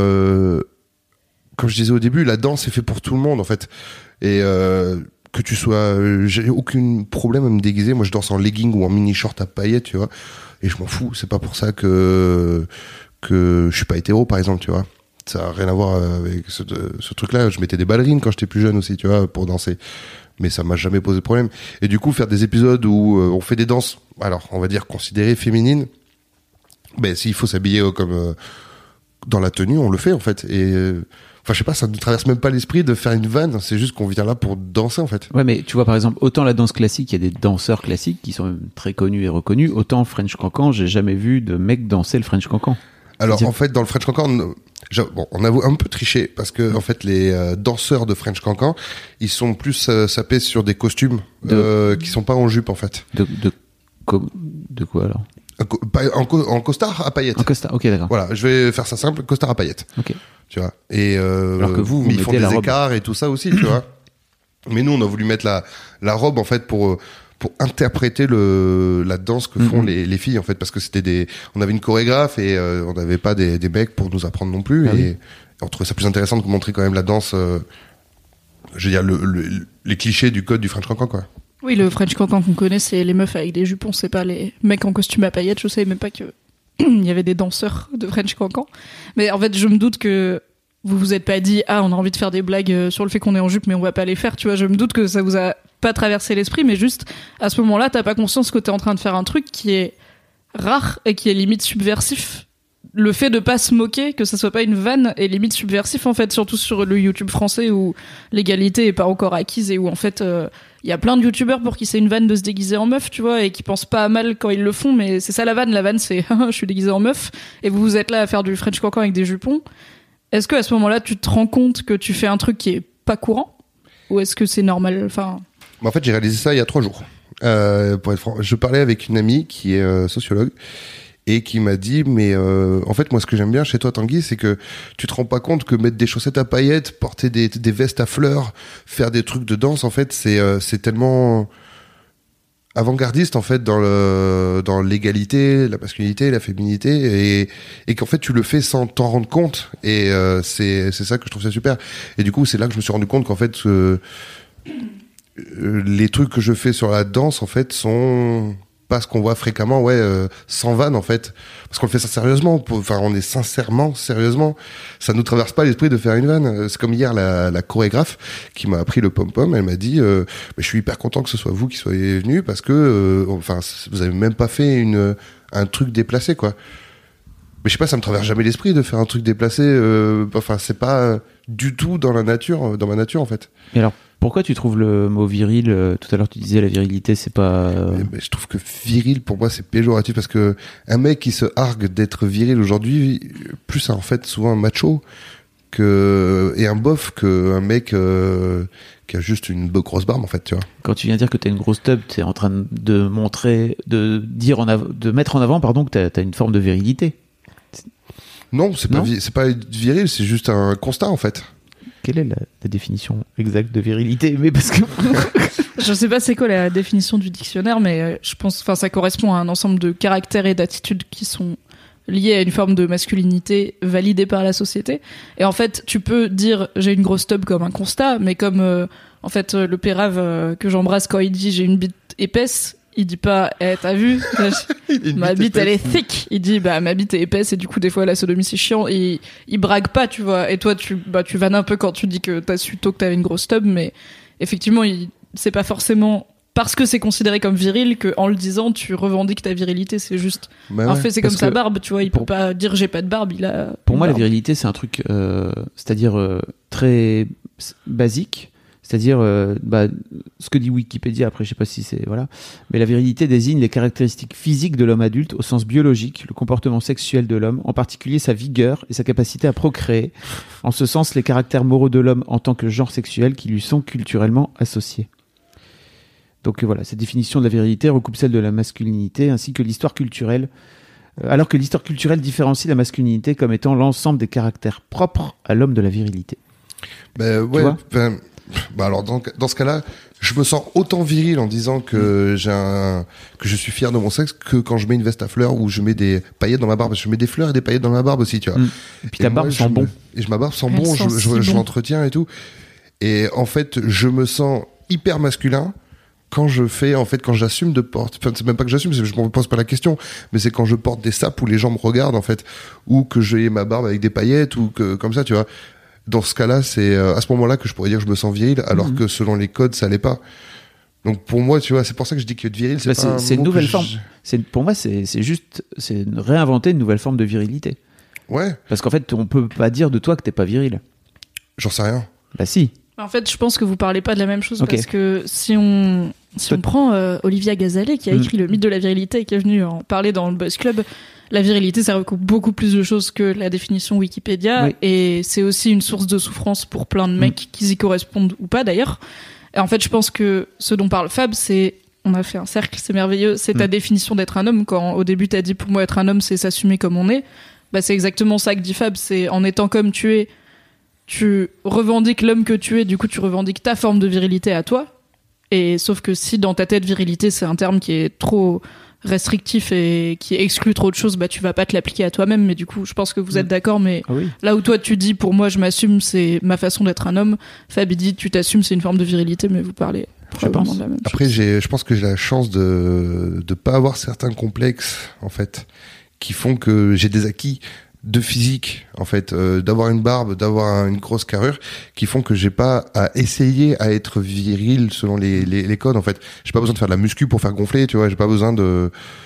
comme je disais au début la danse est fait pour tout le monde en fait et que tu sois j'ai aucun problème à me déguiser. Moi je danse en legging ou en mini short à paillettes tu vois et je m'en fous. C'est pas pour ça que je suis pas hétéro par exemple tu vois, ça a rien à voir avec ce truc là. Je mettais des ballerines quand j'étais plus jeune aussi tu vois pour danser, mais ça m'a jamais posé de problème. Et du coup faire des épisodes où on fait des danses alors on va dire considérées féminines, s'il faut s'habiller comme dans la tenue on le fait en fait. Et je sais pas, ça ne traverse même pas l'esprit de faire une vanne, c'est juste qu'on vient là pour danser en fait. Ouais, mais tu vois par exemple, autant la danse classique, il y a des danseurs classiques qui sont même très connus et reconnus, autant French cancan, j'ai jamais vu de mec danser le French cancan. Alors en fait dans le French cancan on a un peu triché parce que en fait les danseurs de French cancan ils sont plus sapés sur des costumes qui sont pas en jupe en fait. De quoi alors? En costard à paillettes. En costard, ok d'accord. Voilà, je vais faire ça simple, costard à paillettes. Ok. Tu vois. Et alors que vous ils font des écarts et tout ça aussi, tu vois. Mais nous on a voulu mettre la robe en fait pour interpréter la danse que font les filles en fait parce que on avait une chorégraphe et on n'avait pas des mecs pour nous apprendre non plus et on trouvait ça plus intéressant de montrer quand même la danse je veux dire les clichés du code du French cancan quoi. Oui, le French cancan qu'on connaît c'est les meufs avec des jupons, c'est pas les mecs en costume à paillettes. Je savais même pas que il y avait des danseurs de French cancan, mais en fait je me doute que vous vous êtes pas dit on a envie de faire des blagues sur le fait qu'on est en jupe mais on va pas les faire, tu vois. Je me doute que ça vous a pas traversé l'esprit, mais juste à ce moment-là t'as pas conscience que t'es en train de faire un truc qui est rare et qui est limite subversif le fait de pas se moquer, que ça soit pas une vanne, est limite subversif en fait, surtout sur le YouTube français où l'égalité est pas encore acquise et où en fait il y a plein de youtubeurs pour qui c'est une vanne de se déguiser en meuf, tu vois, et qui pensent pas à mal quand ils le font, mais c'est ça la vanne c'est je suis déguisé en meuf et vous êtes là à faire du French cancan avec des jupons. Est-ce que à ce moment-là tu te rends compte que tu fais un truc qui est pas courant ou est-ce que c'est normal? Enfin, en fait j'ai réalisé ça il y a 3 jours. Pour être franc, je parlais avec une amie qui est sociologue et qui m'a dit mais en fait moi ce que j'aime bien chez toi Tanguy c'est que tu te rends pas compte que mettre des chaussettes à paillettes, porter des vestes à fleurs, faire des trucs de danse en fait c'est tellement avant-gardiste en fait dans l'égalité, la masculinité, la féminité et qu'en fait tu le fais sans t'en rendre compte et c'est ça que je trouve ça super et du coup c'est là que je me suis rendu compte qu'en fait les trucs que je fais sur la danse en fait sont pas ce qu'on voit fréquemment sans vanne en fait parce qu'on le fait ça sérieusement on est sincèrement sérieusement, ça nous traverse pas l'esprit de faire une vanne. C'est comme hier la chorégraphe qui m'a appris le pom-pom, elle m'a dit mais je suis hyper content que ce soit vous qui soyez venu parce que vous avez même pas fait un truc déplacé quoi. Mais je sais pas, ça me traverse jamais l'esprit de faire un truc déplacé, c'est pas du tout dans ma nature en fait. Et alors pourquoi tu trouves le mot viril, tout à l'heure tu disais la virilité c'est pas... Mais je trouve que viril pour moi c'est péjoratif parce que un mec qui se hargue d'être viril aujourd'hui, plus en fait souvent un macho et un bof qu'un mec qui a juste une grosse barbe en fait, tu vois. Quand tu viens dire que t'as une grosse tub, t'es en train de montrer, de mettre en avant que t'as une forme de virilité. Non, c'est pas viril, c'est juste un constat en fait. Quelle est la définition exacte de virilité? Mais parce que je sais pas c'est quoi la définition du dictionnaire, mais je pense, ça correspond à un ensemble de caractères et d'attitudes qui sont liés à une forme de masculinité validée par la société. Et en fait, tu peux dire j'ai une grosse tub comme un constat, mais comme en fait le pérave que j'embrasse quand il dit j'ai une bite épaisse, il dit pas t'as vu ma bite elle est thick, il dit ma bite est épaisse et du coup des fois la sodomie c'est chiant et il brague pas, tu vois. Et toi tu vannes un peu quand tu dis que t'as su tôt que t'avais une grosse tub, mais effectivement c'est pas forcément parce que c'est considéré comme viril que en le disant tu revendiques ta virilité, c'est juste un fait. C'est comme sa barbe, tu vois, il peut pas dire j'ai pas de barbe, il a pour moi barbe. La virilité c'est un truc c'est-à-dire très basique. C'est-à-dire, ce que dit Wikipédia, après je sais pas si c'est... Voilà. Mais la virilité désigne les caractéristiques physiques de l'homme adulte au sens biologique, le comportement sexuel de l'homme, en particulier sa vigueur et sa capacité à procréer. En ce sens, les caractères moraux de l'homme en tant que genre sexuel qui lui sont culturellement associés. Donc voilà, cette définition de la virilité recoupe celle de la masculinité ainsi que l'histoire culturelle, alors que l'histoire culturelle différencie la masculinité comme étant l'ensemble des caractères propres à l'homme de la virilité. Alors dans ce cas-là, je me sens autant viril en disant que que je suis fier de mon sexe que quand je mets une veste à fleurs ou je mets des paillettes dans ma barbe. Je mets des fleurs et des paillettes dans ma barbe aussi, tu vois. Et puis ta barbe sent bon. Et ma barbe sent bon, je l'entretiens et tout. Et en fait, je me sens hyper masculin quand j'assume de porter, c'est même pas que j'assume, je me pose pas la question, mais c'est quand je porte des sapes où les gens me regardent en fait, ou que j'ai ma barbe avec des paillettes ou que comme ça, tu vois. Dans ce cas-là, c'est à ce moment-là que je pourrais dire que je me sens viril, alors que selon les codes, ça l'est pas. Donc pour moi, tu vois, c'est pour ça que je dis que viril, c'est une nouvelle forme. Pour moi, c'est réinventer une nouvelle forme de virilité. Ouais. Parce qu'en fait, on peut pas dire de toi que t'es pas viril. J'en sais rien. Bah si. En fait, je pense que vous parlez pas de la même chose, parce que si on prend Olivia Gazalet qui a écrit Le mythe de la virilité et qui est venue en parler dans le Buzz Club, la virilité ça recoupe beaucoup plus de choses que la définition Wikipédia, et c'est aussi une source de souffrance pour plein de mecs qui y correspondent ou pas d'ailleurs. Et en fait, je pense que ce dont parle Fab, c'est, on a fait un cercle, c'est merveilleux, c'est ta définition d'être un homme. Quand au début t'as dit pour moi être un homme c'est s'assumer comme on est, c'est exactement ça que dit Fab, c'est en étant comme tu es, tu revendiques l'homme que tu es, du coup tu revendiques ta forme de virilité à toi. Et sauf que si dans ta tête virilité c'est un terme qui est trop restrictif et qui exclut trop de choses, tu vas pas te l'appliquer à toi-même. Mais du coup je pense que vous êtes d'accord, mais là où toi tu dis pour moi je m'assume c'est ma façon d'être un homme, Fabi dit tu t'assumes c'est une forme de virilité, mais vous parlez probablement de la même chose. Après je pense que j'ai la chance de pas avoir certains complexes en fait qui font que j'ai des acquis de physique en fait, d'avoir une barbe, d'avoir une grosse carrure qui font que j'ai pas à essayer à être viril selon les codes en fait. J'ai pas besoin de faire de la muscu pour faire gonfler, tu vois, j'ai pas besoin de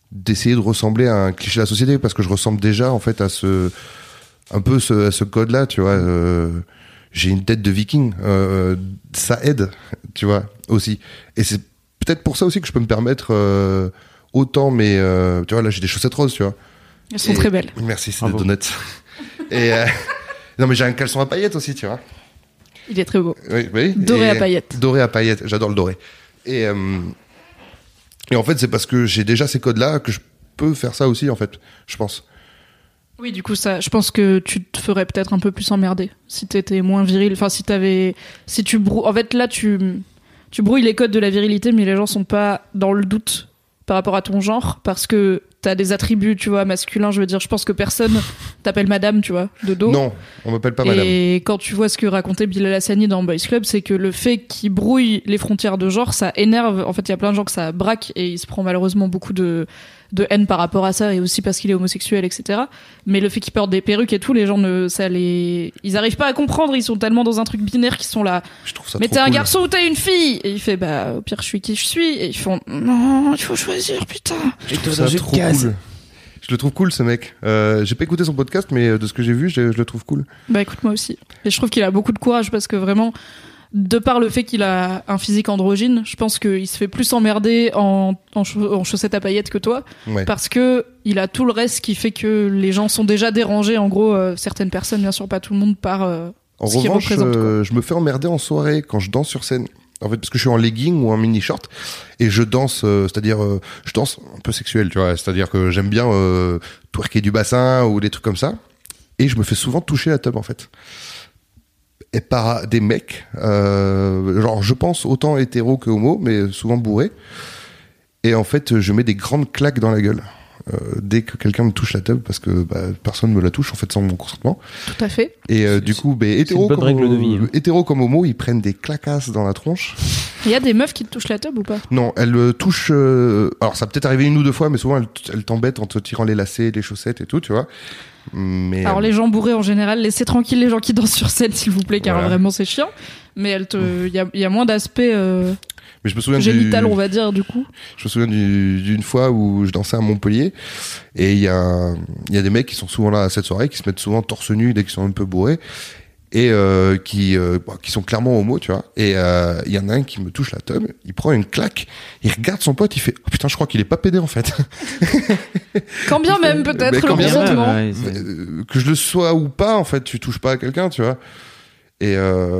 d'essayer de ressembler à un cliché de la société, parce que je ressemble déjà en fait à ce code-là, tu vois. J'ai une tête de viking, ça aide, tu vois, aussi. Et c'est peut-être pour ça aussi que je peux me permettre autant, mais tu vois, là j'ai des chaussettes roses, tu vois. Elles sont très belles. Merci, c'est des donuts. Et non, mais j'ai un caleçon à paillettes aussi, tu vois. Il est très beau. Oui. Doré à paillettes. Doré à paillettes, j'adore le doré. Et en fait, c'est parce que j'ai déjà ces codes-là que je peux faire ça aussi, en fait, je pense. Oui, du coup, ça, je pense que tu te ferais peut-être un peu plus emmerder si t'étais moins viril. Enfin, en fait, là, tu brouilles les codes de la virilité, mais les gens sont pas dans le doute par rapport à ton genre, parce que t'as des attributs, tu vois, masculins. Je veux dire, je pense que personne t'appelle madame, tu vois, de dos. Non, on m'appelle pas madame. Et quand tu vois ce que racontait Bilal Hassani dans Boys Club, c'est que le fait qu'il brouille les frontières de genre, ça énerve. En fait, il y a plein de gens que ça braque, et il se prend malheureusement beaucoup de haine par rapport à ça, et aussi parce qu'il est homosexuel, etc. Mais le fait qu'il porte des perruques et tout, les gens ils arrivent pas à comprendre, ils sont tellement dans un truc binaire qu'ils sont là. Je trouve ça mais trop t'es un cool. garçon ou t'es une fille? Et il fait, bah, au pire, je suis qui je suis. Et ils font, non, il faut choisir, putain. Je trouve ça trop cool. Je le trouve cool, ce mec. J'ai pas écouté son podcast, mais de ce que j'ai vu, je le trouve cool. Bah écoute, moi aussi. Et je trouve qu'il a beaucoup de courage, parce que vraiment, de par le fait qu'il a un physique androgyne, je pense qu'il se fait plus emmerder en chaussettes à paillettes que toi, Ouais. parce que il a tout le reste qui fait que les gens sont déjà dérangés. En gros, certaines personnes, bien sûr, pas tout le monde, par En ce qu'il revanche, représente, quoi. je me fais emmerder en soirée quand je danse sur scène. En fait, parce que je suis en legging ou en mini short et je danse, c'est-à-dire je danse un peu sexuel, tu vois. C'est-à-dire que j'aime bien twerker du bassin ou des trucs comme ça. Et je me fais souvent toucher la teub, en fait. Et par des mecs, genre je pense autant hétéro que homo, mais souvent bourrés. Et en fait, je mets des grandes claques dans la gueule dès que quelqu'un me touche la teub, parce que personne me la touche en fait sans mon consentement. Tout à fait. Et du coup, hétéro, une bonne règle de vie, hein. Hétéro comme homo, ils prennent des claquasses dans la tronche. Il y a des meufs qui te touchent la teub ou pas? Non, elles touchent. Alors ça a peut-être arrivé une ou deux fois, mais souvent elles t'embêtent en te tirant les lacets, les chaussettes et tout, tu vois. Mais Alors les gens bourrés en général, laissez tranquille les gens qui dansent sur scène, s'il vous plaît, car Voilà. vraiment c'est chiant. Mais il y a moins d'aspect mais je me souviens génital, on va dire, du coup. Je me souviens d'une fois où je dansais à Montpellier et il y a des mecs qui sont souvent là à cette soirée, qui se mettent souvent torse nu dès qu'ils sont un peu bourrés et qui sont clairement homo, tu vois. Et il y en a un qui me touche la teub, il prend une claque, il regarde son pote, il fait oh putain, je crois qu'il est pas pédé en fait. Quand bien même, peut-être, Mais le quand bien même, consentement. Ouais, Que je le sois ou pas, en fait, tu touches pas à quelqu'un, tu vois. Et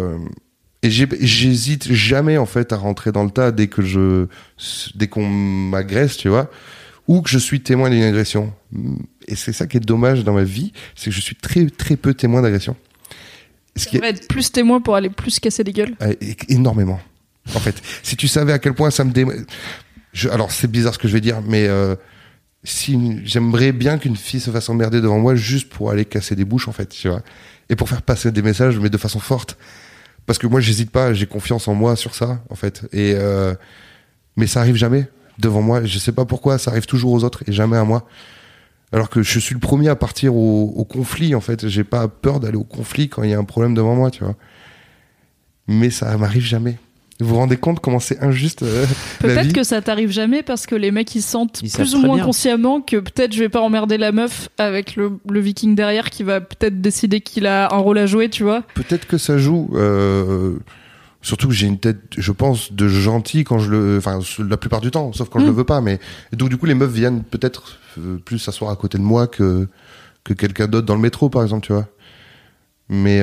j'hésite jamais en fait à rentrer dans le tas dès qu'on m'agresse, tu vois, ou que je suis témoin d'une agression. Et c'est ça qui est dommage dans ma vie, c'est que je suis très très peu témoin d'agression. Ce Tu qui est devrais être plus témoin pour aller plus casser des gueules. énormément. En fait, si tu savais à quel point ça me alors c'est bizarre ce que je vais dire, mais j'aimerais bien qu'une fille se fasse emmerder devant moi juste pour aller casser des bouches, en fait, tu vois, et pour faire passer des messages, mais de façon forte. Parce que moi, j'hésite pas, j'ai confiance en moi sur ça, en fait. Et mais ça arrive jamais devant moi. Je sais pas pourquoi, ça arrive toujours aux autres et jamais à moi. Alors que je suis le premier à partir au conflit, en fait. J'ai pas peur d'aller au conflit quand il y a un problème devant moi, tu vois. Mais ça m'arrive jamais. Vous vous rendez compte comment c'est injuste la Peut-être vie que ça t'arrive jamais parce que les mecs ils sentent Ils savent plus ou très moins bien. consciemment que peut-être je vais pas emmerder la meuf avec le viking derrière qui va peut-être décider qu'il a un rôle à jouer, tu vois. Peut-être que ça joue. Surtout que j'ai une tête, je pense, de gentil quand la plupart du temps, sauf quand je le veux pas. Mais donc du coup, les meufs viennent peut-être plus s'asseoir à côté de moi que quelqu'un d'autre dans le métro, par exemple, tu vois. Mais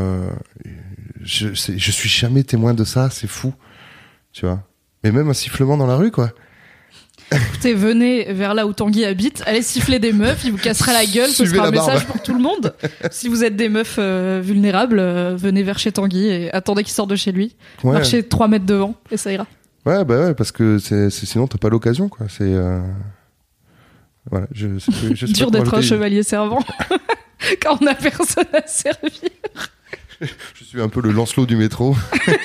je suis jamais témoin de ça, c'est fou, tu vois. Mais même un sifflement dans la rue, quoi. Écoutez, venez vers là où Tanguy habite, allez siffler des meufs, il vous cassera la gueule, ce Suivez sera un la barbe. message pour tout le monde. Si vous êtes des meufs vulnérables, venez vers chez Tanguy et attendez qu'il sorte de chez lui. Ouais. Marchez 3 mètres devant et ça ira. Ouais, bah ouais, parce que sinon t'as pas l'occasion, quoi. C'est voilà, je sais pas Dur comment d'être un ajouter. chevalier servant quand on a personne à servir. Je suis un peu le Lancelot du métro.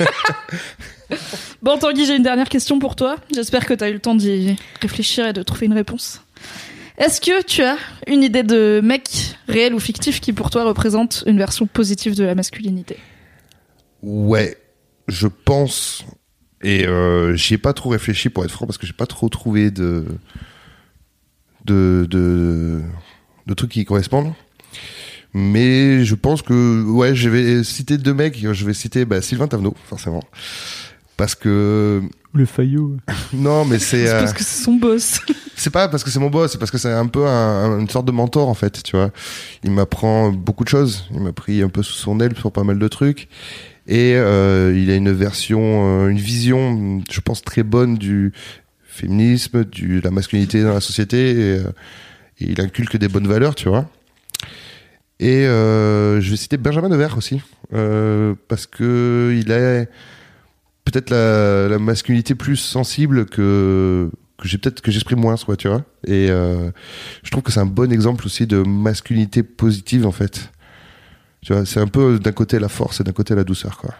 Bon, Tanguy, j'ai une dernière question pour toi. J'espère que tu as eu le temps d'y réfléchir et de trouver une réponse. Est-ce que tu as une idée de mec réel ou fictif qui pour toi représente une version positive de la masculinité? Ouais, je pense, et j'y ai pas trop réfléchi pour être franc, parce que j'ai pas trop trouvé de trucs qui correspondent. Mais je pense que, ouais, je vais citer 2 mecs. Je vais citer Sylvain Tavenot, forcément. Parce que... Le Fayot. Non, mais c'est... C'est parce que c'est son boss. C'est pas parce que c'est mon boss, c'est parce que c'est un peu une sorte de mentor, en fait, tu vois. Il m'apprend beaucoup de choses. Il m'a pris un peu sous son aile sur pas mal de trucs. Et il a une vision, je pense, très bonne du féminisme, de la masculinité dans la société. Et il inculque des bonnes valeurs, tu vois. Et je vais citer Benjamin Nevers aussi, parce que il a peut-être la masculinité plus sensible que j'exprime moins, quoi, tu vois. Et je trouve que c'est un bon exemple aussi de masculinité positive, en fait. Tu vois, c'est un peu d'un côté la force et d'un côté la douceur, quoi.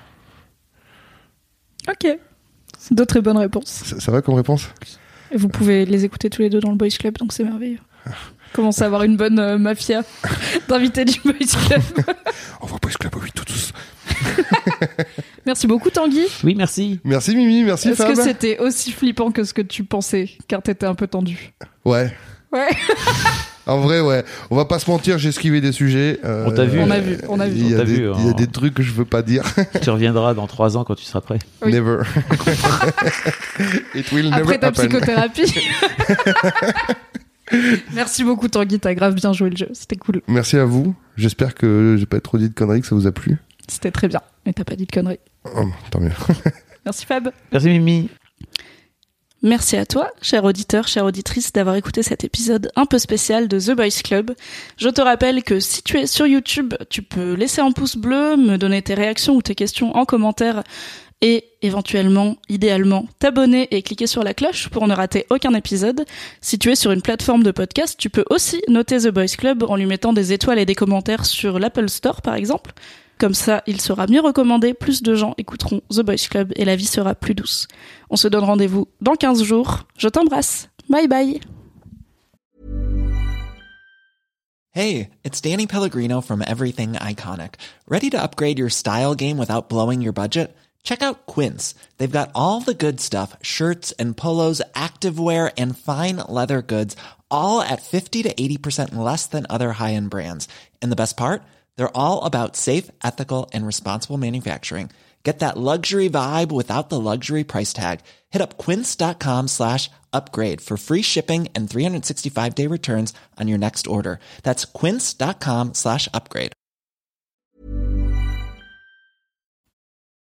Ok. C'est 2 très bonnes réponses. Ça va comme réponse ? Et vous pouvez les écouter tous les 2 dans le Boys Club, donc c'est merveilleux. Commence à avoir une bonne mafia d'invités du Boys Club. On va Boys Club, oui, tous. Merci beaucoup, Tanguy. Oui, merci. Merci Mimi, merci Est-ce Fab. que c'était aussi flippant que ce que tu pensais, car t'étais un peu tendu? Ouais. Ouais. En vrai, ouais. On va pas se mentir, j'ai esquivé des sujets. On t'a vu. On a vu. Il y a des trucs que je veux pas dire. Tu reviendras dans 3 ans quand tu seras prêt. Oui. Never. It will never Après ta happen. psychothérapie. Merci beaucoup, Tanguy, t'as grave bien joué le jeu, c'était cool. Merci à vous. J'espère que j'ai pas trop dit de conneries, que ça vous a plu. C'était très bien, mais t'as pas dit de conneries. Oh, tant mieux. Merci Fab. Merci Mimi. Merci à toi, cher auditeur, chère auditrice, d'avoir écouté cet épisode un peu spécial de The Boys Club. Je te rappelle que si tu es sur YouTube, tu peux laisser un pouce bleu, me donner tes réactions ou tes questions en commentaire et éventuellement, idéalement, t'abonner et cliquer sur la cloche pour ne rater aucun épisode. Si tu es sur une plateforme de podcast, tu peux aussi noter The Boys Club en lui mettant des étoiles et des commentaires sur l'Apple Store par exemple. Comme ça, il sera mieux recommandé, plus de gens écouteront The Boys Club et la vie sera plus douce. On se donne rendez-vous dans 15 jours. Je t'embrasse. Bye bye. Hey, it's Danny Pellegrino from Everything Iconic. Ready to upgrade your style game without blowing your budget? Check out Quince. They've got all the good stuff, shirts and polos, activewear, and fine leather goods, all at 50 to 80% less than other high-end brands. And the best part? They're all about safe, ethical, and responsible manufacturing. Get that luxury vibe without the luxury price tag. Hit up quince.com/upgrade for free shipping and 365-day returns on your next order. That's quince.com/upgrade.